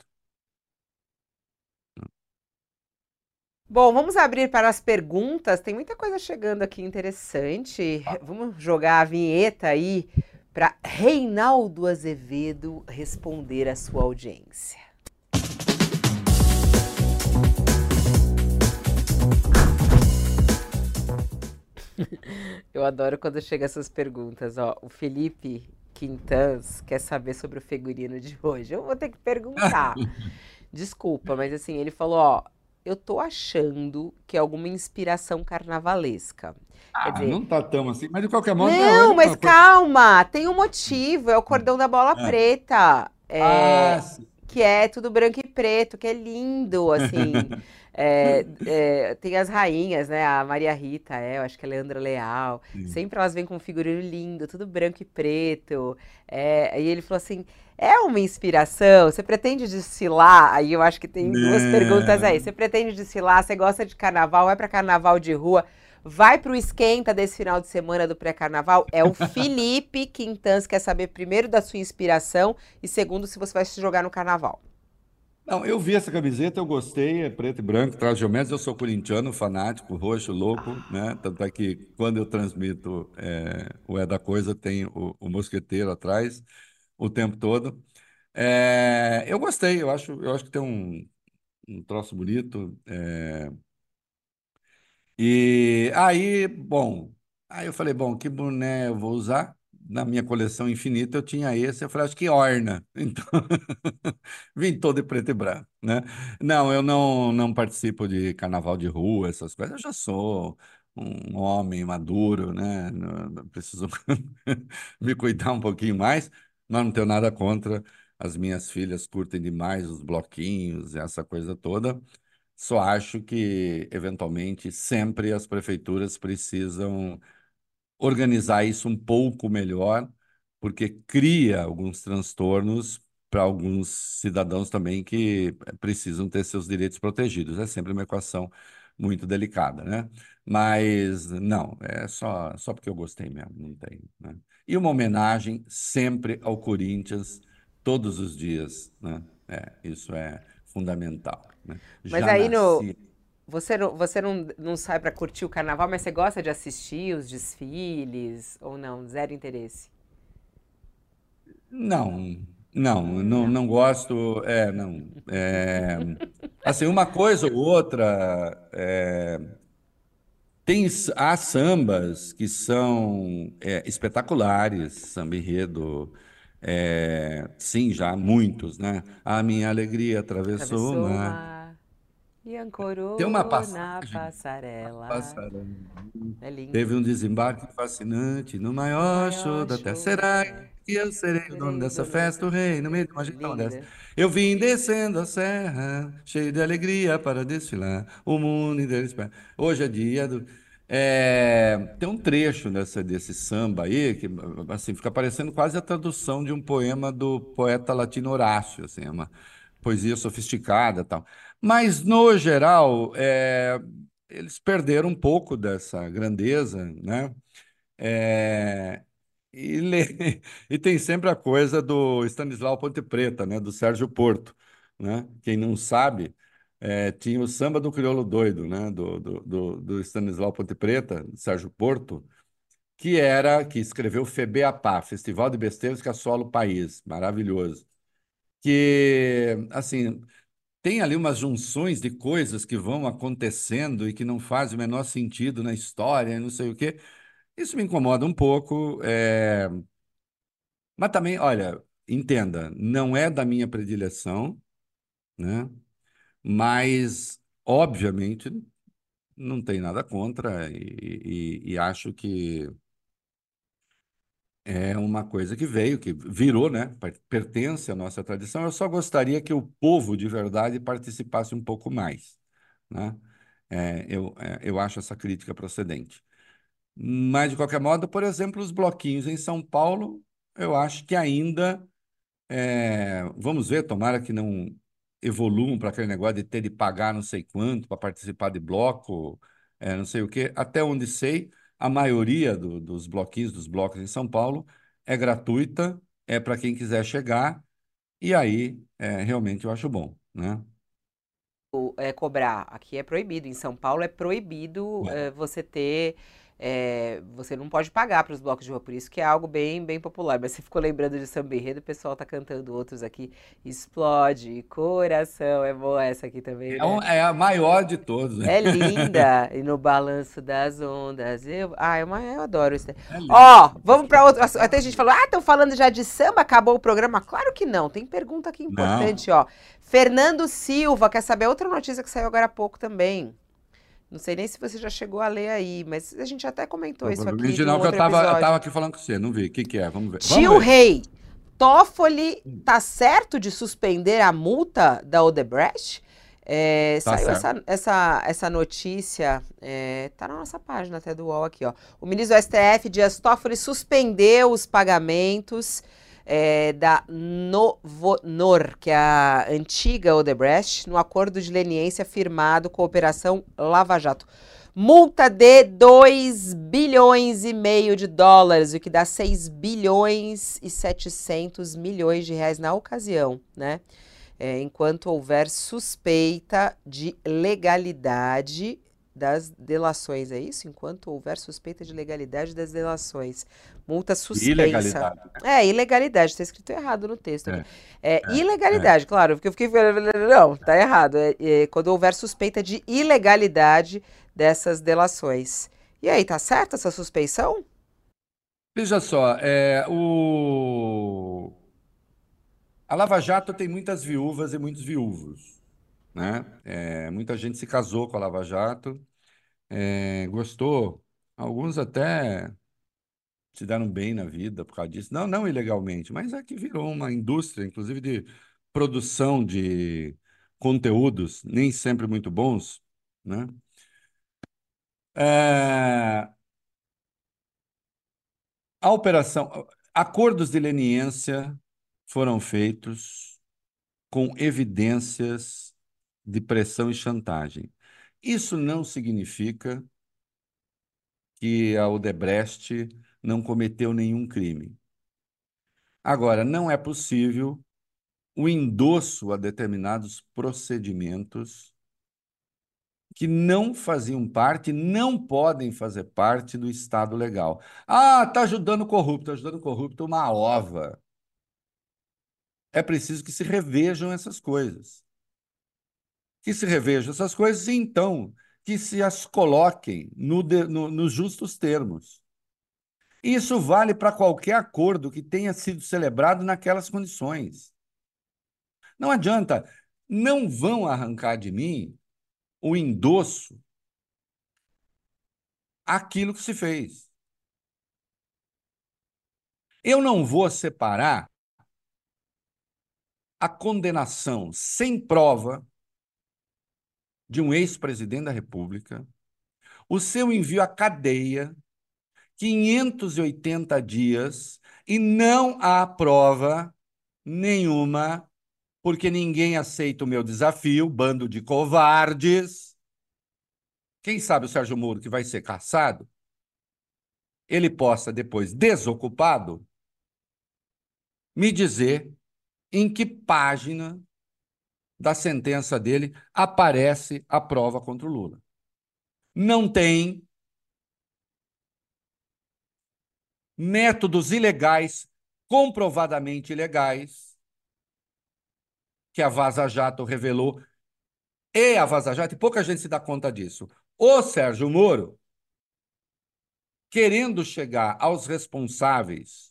Bom, vamos abrir para as perguntas. Tem muita coisa chegando aqui interessante. Vamos jogar a vinheta aí para Reinaldo Azevedo responder à sua audiência. Eu adoro quando chega essas perguntas. Ó, o Felipe Quintans quer saber sobre o figurino de hoje. Eu vou ter que perguntar. Desculpa, mas assim, ele falou, ó, eu tô achando que é alguma inspiração carnavalesca. Quer Ah, dizer, não tá tão assim, mas de qualquer modo, não, é não, mas uma coisa. calma, tem um motivo, é o cordão da bola É. preta, Sim. que é tudo branco e preto, que é lindo, assim. Tem as rainhas, né? A Maria Rita, eu acho que é a Leandra Leal. Sim. Sempre elas vêm com um figurino lindo, tudo branco e preto. E ele falou assim: é uma inspiração? Você pretende desfilar? Aí eu acho que tem duas perguntas aí. Né? Você pretende desfilar? Você gosta de carnaval? Vai para carnaval de rua? Vai pro esquenta desse final de semana do pré-carnaval? É o Felipe Quintans quer saber primeiro da sua inspiração e segundo se você vai se jogar no carnaval. Não, eu vi essa camiseta, eu gostei, é preto e branco, traz geométrico. Eu sou corintiano, fanático, roxo, louco, né? Tanto é que quando eu transmito o É da Coisa, tem o mosqueteiro atrás o tempo todo. Eu gostei, eu acho que tem um troço bonito. E aí, bom, aí eu falei, bom, que boné eu vou usar? Na minha coleção infinita eu tinha esse, eu falei, acho que orna. Então, vim todo de preto e branco, né? Não, eu não participo de carnaval de rua, essas coisas. Eu já sou um homem maduro, né? Preciso me cuidar um pouquinho mais, mas não tenho nada contra. As minhas filhas curtem demais os bloquinhos, essa coisa toda. Só acho que, eventualmente, sempre as prefeituras precisam organizar isso um pouco melhor, porque cria alguns transtornos para alguns cidadãos também que precisam ter seus direitos protegidos. É sempre uma equação muito delicada, né? Mas não, é só porque eu gostei mesmo, não tem, né? E uma homenagem sempre ao Corinthians, todos os dias, né? Isso é fundamental, né? Mas Já aí no. nasci. Você não sai pra curtir o carnaval, mas você gosta de assistir os desfiles ou não? Zero interesse. Não, não, não, Não. não gosto. Não. Assim, uma coisa ou outra. Há sambas que são espetaculares, samba enredo. Sim, já há muitos, né? A minha alegria atravessou o Atravessou o mar. mar e Tem uma ancorou na passagem. passarela. Passarela. É lindo. Teve um desembarque fascinante no No maior show maior da terra. show da Será terra. que eu serei o dono Serei o dessa dono dessa festa, o rei, no meio de uma festa. agitação dessa? Linda. Eu vim descendo a serra, cheio de alegria para desfilar, o mundo inteiro espera. Hoje é dia do. Tem um trecho desse samba aí que assim, fica parecendo quase a tradução de um poema do poeta latino Horácio, assim, é uma poesia sofisticada e tal. Mas, no geral, eles perderam um pouco dessa grandeza, né? É, e tem sempre a coisa do Stanislau Ponte Preta, né? Do Sérgio Porto, né? Quem não sabe, tinha o Samba do Crioulo Doido, né? Do Stanislau Ponte Preta, do Sérgio Porto, que escreveu FEBEAPA, Festival de Besteiros que Assola o País, maravilhoso. Que, assim, tem ali umas junções de coisas que vão acontecendo e que não fazem o menor sentido na história, e não sei o quê. Isso me incomoda um pouco, mas também, olha, entenda, não é da minha predileção, né? Mas, obviamente, não tem nada contra e acho que é uma coisa que veio, que virou, né? Pertence à nossa tradição. Eu só gostaria que o povo de verdade participasse um pouco mais, né? Eu acho essa crítica procedente. Mas, de qualquer modo, por exemplo, os bloquinhos em São Paulo, eu acho que ainda, vamos ver, tomara que não evoluam para aquele negócio de pagar não sei quanto para participar de bloco, não sei o quê. Até onde sei, A maioria dos bloquinhos, dos blocos em São Paulo, é gratuita, é para quem quiser chegar, e aí realmente eu acho bom, né? Cobrar. Aqui é proibido. Em São Paulo é proibido você ter. Você não pode pagar para os blocos de rua, por isso que é algo bem, bem popular. Mas você ficou lembrando de Samba Enredo, o pessoal tá cantando outros aqui. Explode, coração. É boa essa aqui também, né? É a maior de todos, né? É linda. E no balanço das ondas. Eu adoro isso. É lindo. Ó, vamos para outro. Até a gente falou, estão falando já de samba, acabou o programa? Claro que não. Tem pergunta aqui importante, ó. Fernando Silva quer saber outra notícia que saiu agora há pouco também. Não sei nem se você já chegou a ler aí, mas a gente até comentou isso aqui Provavelmente de um não, que eu outro tava episódio. aqui falando com você, não vi. O que que é? Vamos ver. Tio Vamos ver. Rei, Toffoli tá certo de suspender a multa da Odebrecht? Tá Saiu certo. essa notícia, tá na nossa página até do UOL aqui, ó. O ministro do STF, Dias Toffoli, suspendeu os pagamentos da Novonor, que é a antiga Odebrecht, no acordo de leniência firmado com a Operação Lava Jato. Multa de 2 bilhões e meio de dólares, o que dá 6 bilhões e 700 milhões de reais na ocasião, né? Enquanto houver suspeita de legalidade das delações, é isso? Enquanto houver suspeita de legalidade das delações. Multa suspensa. Ilegalidade. Ilegalidade, está escrito errado no texto aqui. É, Ilegalidade, claro, porque eu fiquei... Não, tá errado. Quando houver suspeita de ilegalidade dessas delações. E aí, tá certa essa suspeição? Veja só, a Lava Jato tem muitas viúvas e muitos viúvos, né? Muita gente se casou com a Lava Jato, gostou, alguns até se deram bem na vida por causa disso. Não, não ilegalmente, mas é que virou uma indústria, inclusive de produção de conteúdos, nem sempre muito bons, né? É, a operação, acordos de leniência foram feitos com evidências de pressão e chantagem. Isso não significa que a Odebrecht não cometeu nenhum crime. Agora, não é possível o endosso a determinados procedimentos que não faziam parte, não podem fazer parte do Estado legal. Ah, está ajudando o corrupto uma ova. É preciso que se revejam essas coisas. Que se revejam essas coisas e, então, que se as coloquem nos justos termos. Isso vale para qualquer acordo que tenha sido celebrado naquelas condições. Não adianta, não vão arrancar de mim o endosso àquilo que se fez. Eu não vou separar a condenação sem prova de um ex-presidente da República, o seu envio à cadeia, 580 dias, e não há prova nenhuma, porque ninguém aceita o meu desafio, bando de covardes. Quem sabe o Sérgio Moro, que vai ser cassado, ele possa depois, desocupado, me dizer em que página da sentença dele aparece a prova contra o Lula. Não tem métodos ilegais, comprovadamente ilegais, que a Vaza Jato revelou, e a Vaza Jato, e pouca gente se dá conta disso. O Sérgio Moro, querendo chegar aos responsáveis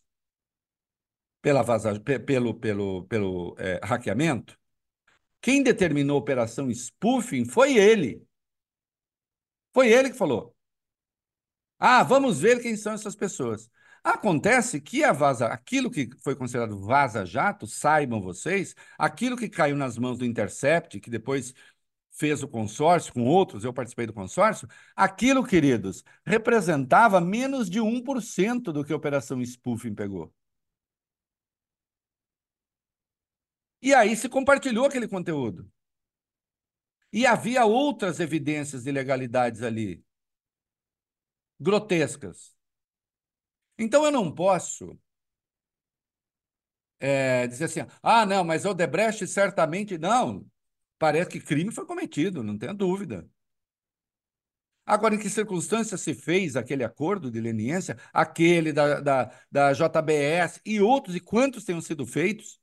pelo hackeamento, quem determinou a operação spoofing foi ele. Foi ele que falou. Ah, vamos ver quem são essas pessoas. Acontece que aquilo que foi considerado vaza-jato, saibam vocês, aquilo que caiu nas mãos do Intercept, que depois fez o consórcio com outros, eu participei do consórcio, aquilo, queridos, representava menos de 1% do que a Operação Spoofing pegou. E aí se compartilhou aquele conteúdo. E havia outras evidências de ilegalidades ali. grotescas. Então eu não posso dizer assim, ah, não, mas Odebrecht certamente não. Parece que crime foi cometido, não tenha dúvida. Agora, em que circunstâncias se fez aquele acordo de leniência, aquele da JBS e outros, e quantos tenham sido feitos,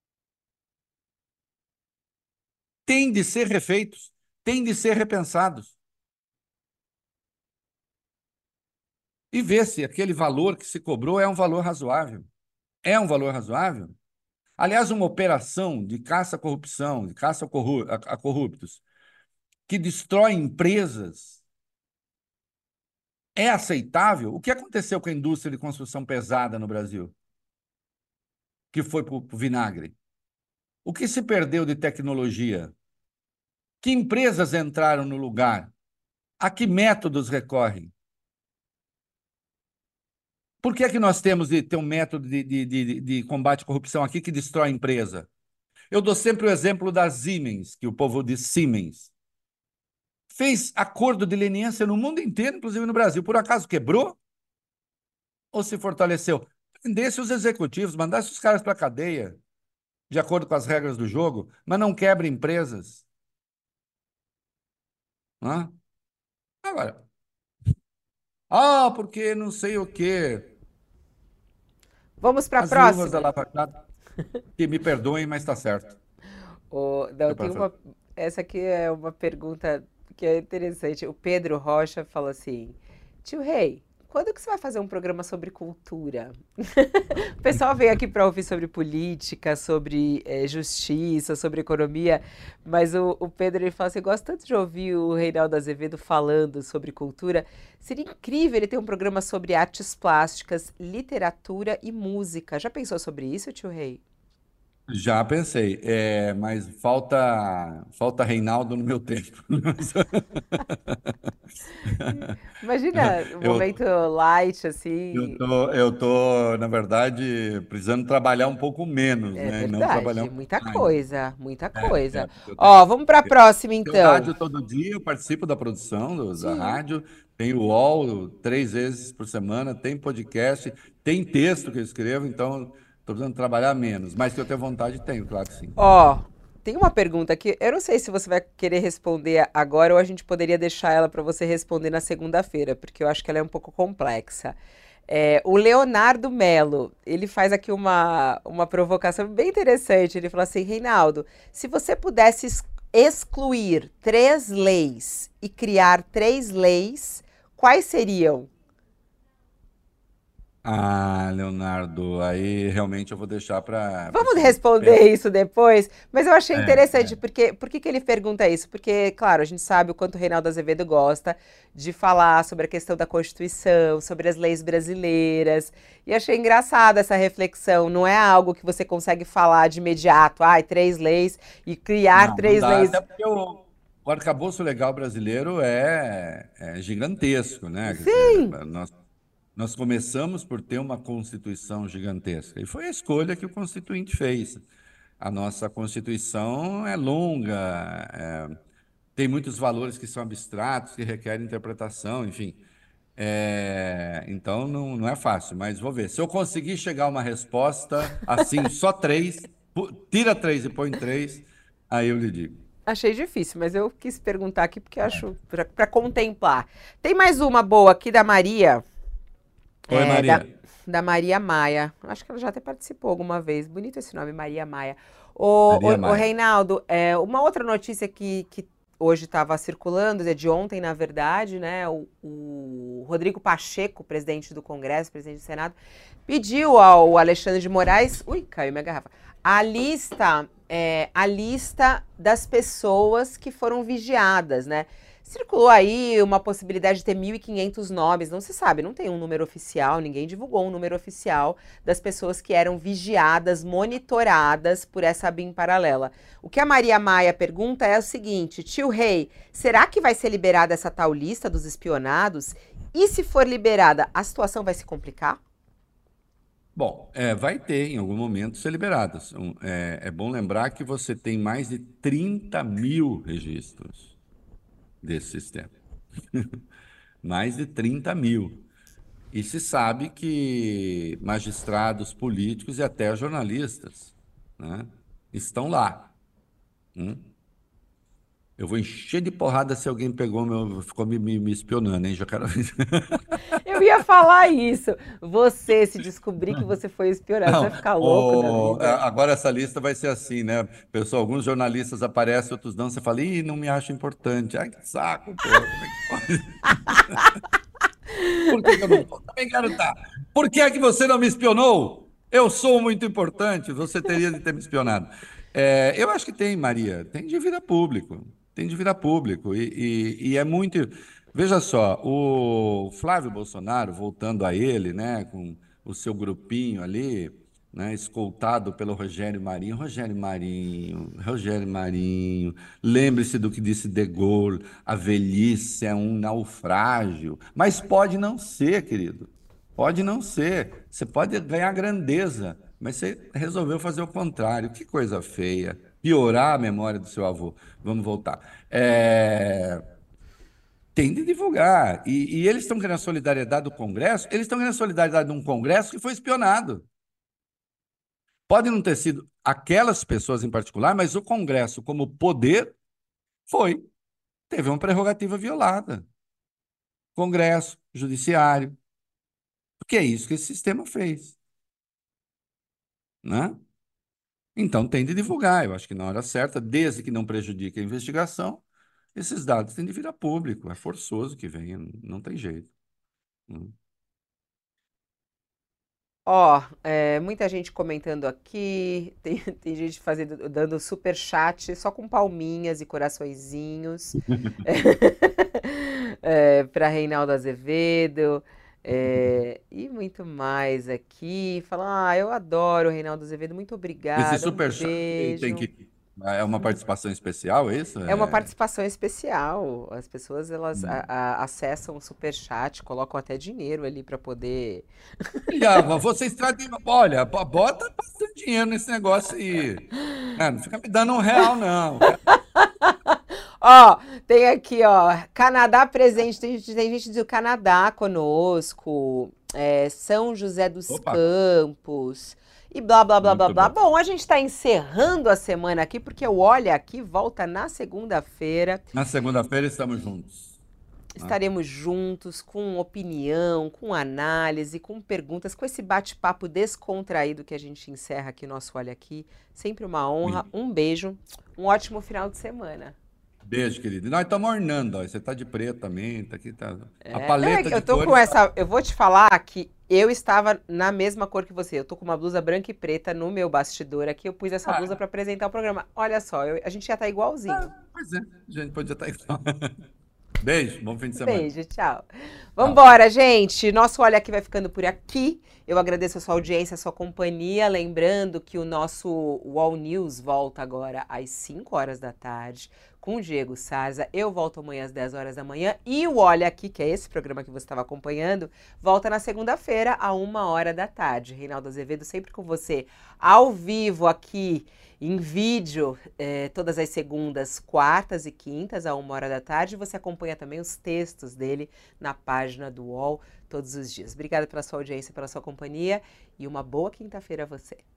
têm de ser refeitos, têm de ser repensados. E ver se aquele valor que se cobrou é um valor razoável. É um valor razoável? Aliás, uma operação de caça à corrupção, de caça a corruptos, que destrói empresas, é aceitável? O que aconteceu com a indústria de construção pesada no Brasil, que foi para o vinagre? O que se perdeu de tecnologia? Que empresas entraram no lugar? A que métodos recorrem? Por que é que nós temos de ter um método de combate à corrupção aqui que destrói a empresa? Eu dou sempre o exemplo da Siemens, que o povo diz Siemens. Fez acordo de leniência no mundo inteiro, inclusive no Brasil. Por acaso quebrou? Ou se fortaleceu? Prendesse os executivos, mandasse os caras para a cadeia, de acordo com as regras do jogo, mas não quebre empresas. Hã? Agora, porque não sei o quê. Vamos para a As viúvas da próxima? Lava Jato, que me perdoem, mas está certo. Não, Eu tem posso fazer. uma. Essa aqui é uma pergunta que é interessante. O Pedro Rocha falou assim: Tio Rei, quando que você vai fazer um programa sobre cultura? O pessoal veio aqui para ouvir sobre política, sobre justiça, sobre economia, mas o Pedro ele fala assim: eu gosto tanto de ouvir o Reinaldo Azevedo falando sobre cultura. Seria incrível ele ter um programa sobre artes plásticas, literatura e música. Já pensou sobre isso, Tio Rei? Já pensei, mas falta Reinaldo no meu tempo. Imagina, um Eu, momento light, eu assim. tô, eu tô, na verdade, precisando trabalhar um pouco menos, É né? E não trabalhar verdade, um pouco muita mais. coisa, muita coisa. Porque eu Ó, vamos para a próxima tenho então. rádio todo dia, eu participo da produção da Sim. rádio, tenho UOL 3 vezes por semana, tem podcast, tem texto que eu escrevo, então estou precisando trabalhar menos. Mas que eu tenho vontade, tenho, claro que sim. Ó, tem uma pergunta aqui, eu não sei se você vai querer responder agora ou a gente poderia deixar ela para você responder na segunda-feira, porque eu acho que ela é um pouco complexa. O Leonardo Melo, ele faz aqui uma provocação bem interessante. Ele fala assim: Reinaldo, se você pudesse excluir três leis e criar três leis, quais seriam? Ah, Leonardo, aí realmente eu vou deixar para Vamos você responder pensar. isso depois, mas eu achei É, interessante, porque por que que ele pergunta isso? Porque, claro, a gente sabe o quanto o Reinaldo Azevedo gosta de falar sobre a questão da Constituição, sobre as leis brasileiras, e achei engraçada essa reflexão, não é algo que você consegue falar de imediato, ai, três leis e criar não três dá, até leis. porque o arcabouço legal brasileiro é gigantesco, né? Quer dizer, Sim, nós começamos por ter uma Constituição gigantesca, e foi a escolha que o Constituinte fez. A nossa Constituição é longa, tem muitos valores que são abstratos, que requerem interpretação, enfim. Então não é fácil, mas vou ver. Se eu conseguir chegar a uma resposta assim, só três, tira três e põe três, aí eu lhe digo. achei difícil, mas eu quis perguntar aqui porque acho para contemplar. Tem mais uma boa aqui da Maria. Oi, É, Maria. da Maria Maia. Acho que ela já até participou alguma vez. Bonito esse nome, Maria Maia. Ô, Maria ô, ô, Maia. Reinaldo, uma outra notícia que hoje estava circulando, é de ontem, na verdade, né? O Rodrigo Pacheco, presidente do Congresso, presidente do Senado, pediu ao Alexandre de Moraes. Ui, caiu minha garrafa. A lista das pessoas que foram vigiadas, né? Circulou aí uma possibilidade de ter 1.500 nomes, não se sabe, não tem um número oficial, ninguém divulgou um número oficial das pessoas que eram vigiadas, monitoradas por essa BIM paralela. O que a Maria Maia pergunta é o seguinte: tio Rei, será que vai ser liberada essa tal lista dos espionados? E se for liberada, a situação vai se complicar? Bom, vai ter em algum momento ser liberadas. É bom lembrar que você tem mais de 30 mil registros desse sistema. mais de 30 mil. E se sabe que magistrados, políticos e até jornalistas, né, estão lá. Eu vou encher de porrada se alguém ficou me espionando, hein? Já quero. Eu ia falar isso. Você, se descobrir que você foi espiorado, você vai ficar louco da vida. Agora essa lista vai ser assim, né? Pessoal, alguns jornalistas aparecem, outros não. Você fala, ih, não me acho importante. Ai, que saco, pô. Como é que pode? Por que eu não também quero estar? Por que é que você não me espionou? Eu sou muito importante, você teria de ter me espionado. Eu acho que tem, Maria, tem de vir a público, tem de vir a público. E é muito. Veja só, o Flávio Bolsonaro, voltando a ele, né, com o seu grupinho ali, né, escoltado pelo Rogério Marinho. Rogério Marinho, lembre-se do que disse De Gaulle, a velhice é um naufrágio. Mas pode não ser, querido. Pode não ser. Você pode ganhar grandeza, mas você resolveu fazer o contrário. Que coisa feia. Piorar a memória do seu avô. Vamos voltar. Tem de divulgar. E eles estão querendo a solidariedade do Congresso, eles estão querendo a solidariedade de um Congresso que foi espionado. Pode não ter sido aquelas pessoas em particular, mas o Congresso, como poder, teve uma prerrogativa violada. Congresso, Judiciário. Porque é isso que esse sistema fez. Né? Então tem de divulgar. Eu acho que na hora certa, desde que não prejudique a investigação, esses dados têm de vir a público. É forçoso que venha, não tem jeito. Ó, muita gente comentando aqui, tem gente dando super chat só com palminhas e coraçõezinhos para Reinaldo Azevedo e muito mais aqui. Fala, eu adoro o Reinaldo Azevedo, muito Esse obrigada, um superchat tem beijo. que. É uma participação especial, é isso? É uma participação especial. As pessoas elas acessam o superchat, colocam até dinheiro ali para poder. Vocês tratem. Olha, bota bastante dinheiro nesse negócio aí. Não fica me dando R$1, não. Ó, tem aqui, ó, Canadá presente, tem gente do Canadá conosco, São José dos Opa. Campos e blá, blá, blá, blá, Muito blá. bom. Bom, a gente tá encerrando a semana aqui, porque o Olha Aqui volta na segunda-feira. Na segunda-feira estamos juntos. Estaremos juntos com opinião, com análise, com perguntas, com esse bate-papo descontraído que a gente encerra aqui nosso Olha Aqui. Sempre uma honra, um beijo, um ótimo final de semana. Beijo, querido. Nós estamos ornando, ó. Você tá de preto também, tá aqui, tá. A paleta de eu tô cores. com essa. Eu vou te falar que eu estava na mesma cor que você. Eu tô com uma blusa branca e preta no meu bastidor aqui. Eu pus essa blusa para apresentar o programa. Olha só, a gente já tá igualzinho. Pois é, a gente podia estar igual. Beijo, bom fim de semana. Beijo, tchau. Vambora, gente. Nosso Olha Aqui vai ficando por aqui. Eu agradeço a sua audiência, a sua companhia. Lembrando que o nosso UOL News volta agora às 5 horas da tarde com o Diego Sarza. Eu volto amanhã às 10 horas da manhã. E o Olha Aqui, que é esse programa que você estava acompanhando, volta na segunda-feira, à 1 hora da tarde. Reinaldo Azevedo sempre com você ao vivo aqui em vídeo, todas as segundas, quartas e quintas, à 1 hora da tarde. Você acompanha também os textos dele na página do UOL todos os dias. Obrigada pela sua audiência, pela sua companhia e uma boa quinta-feira a você.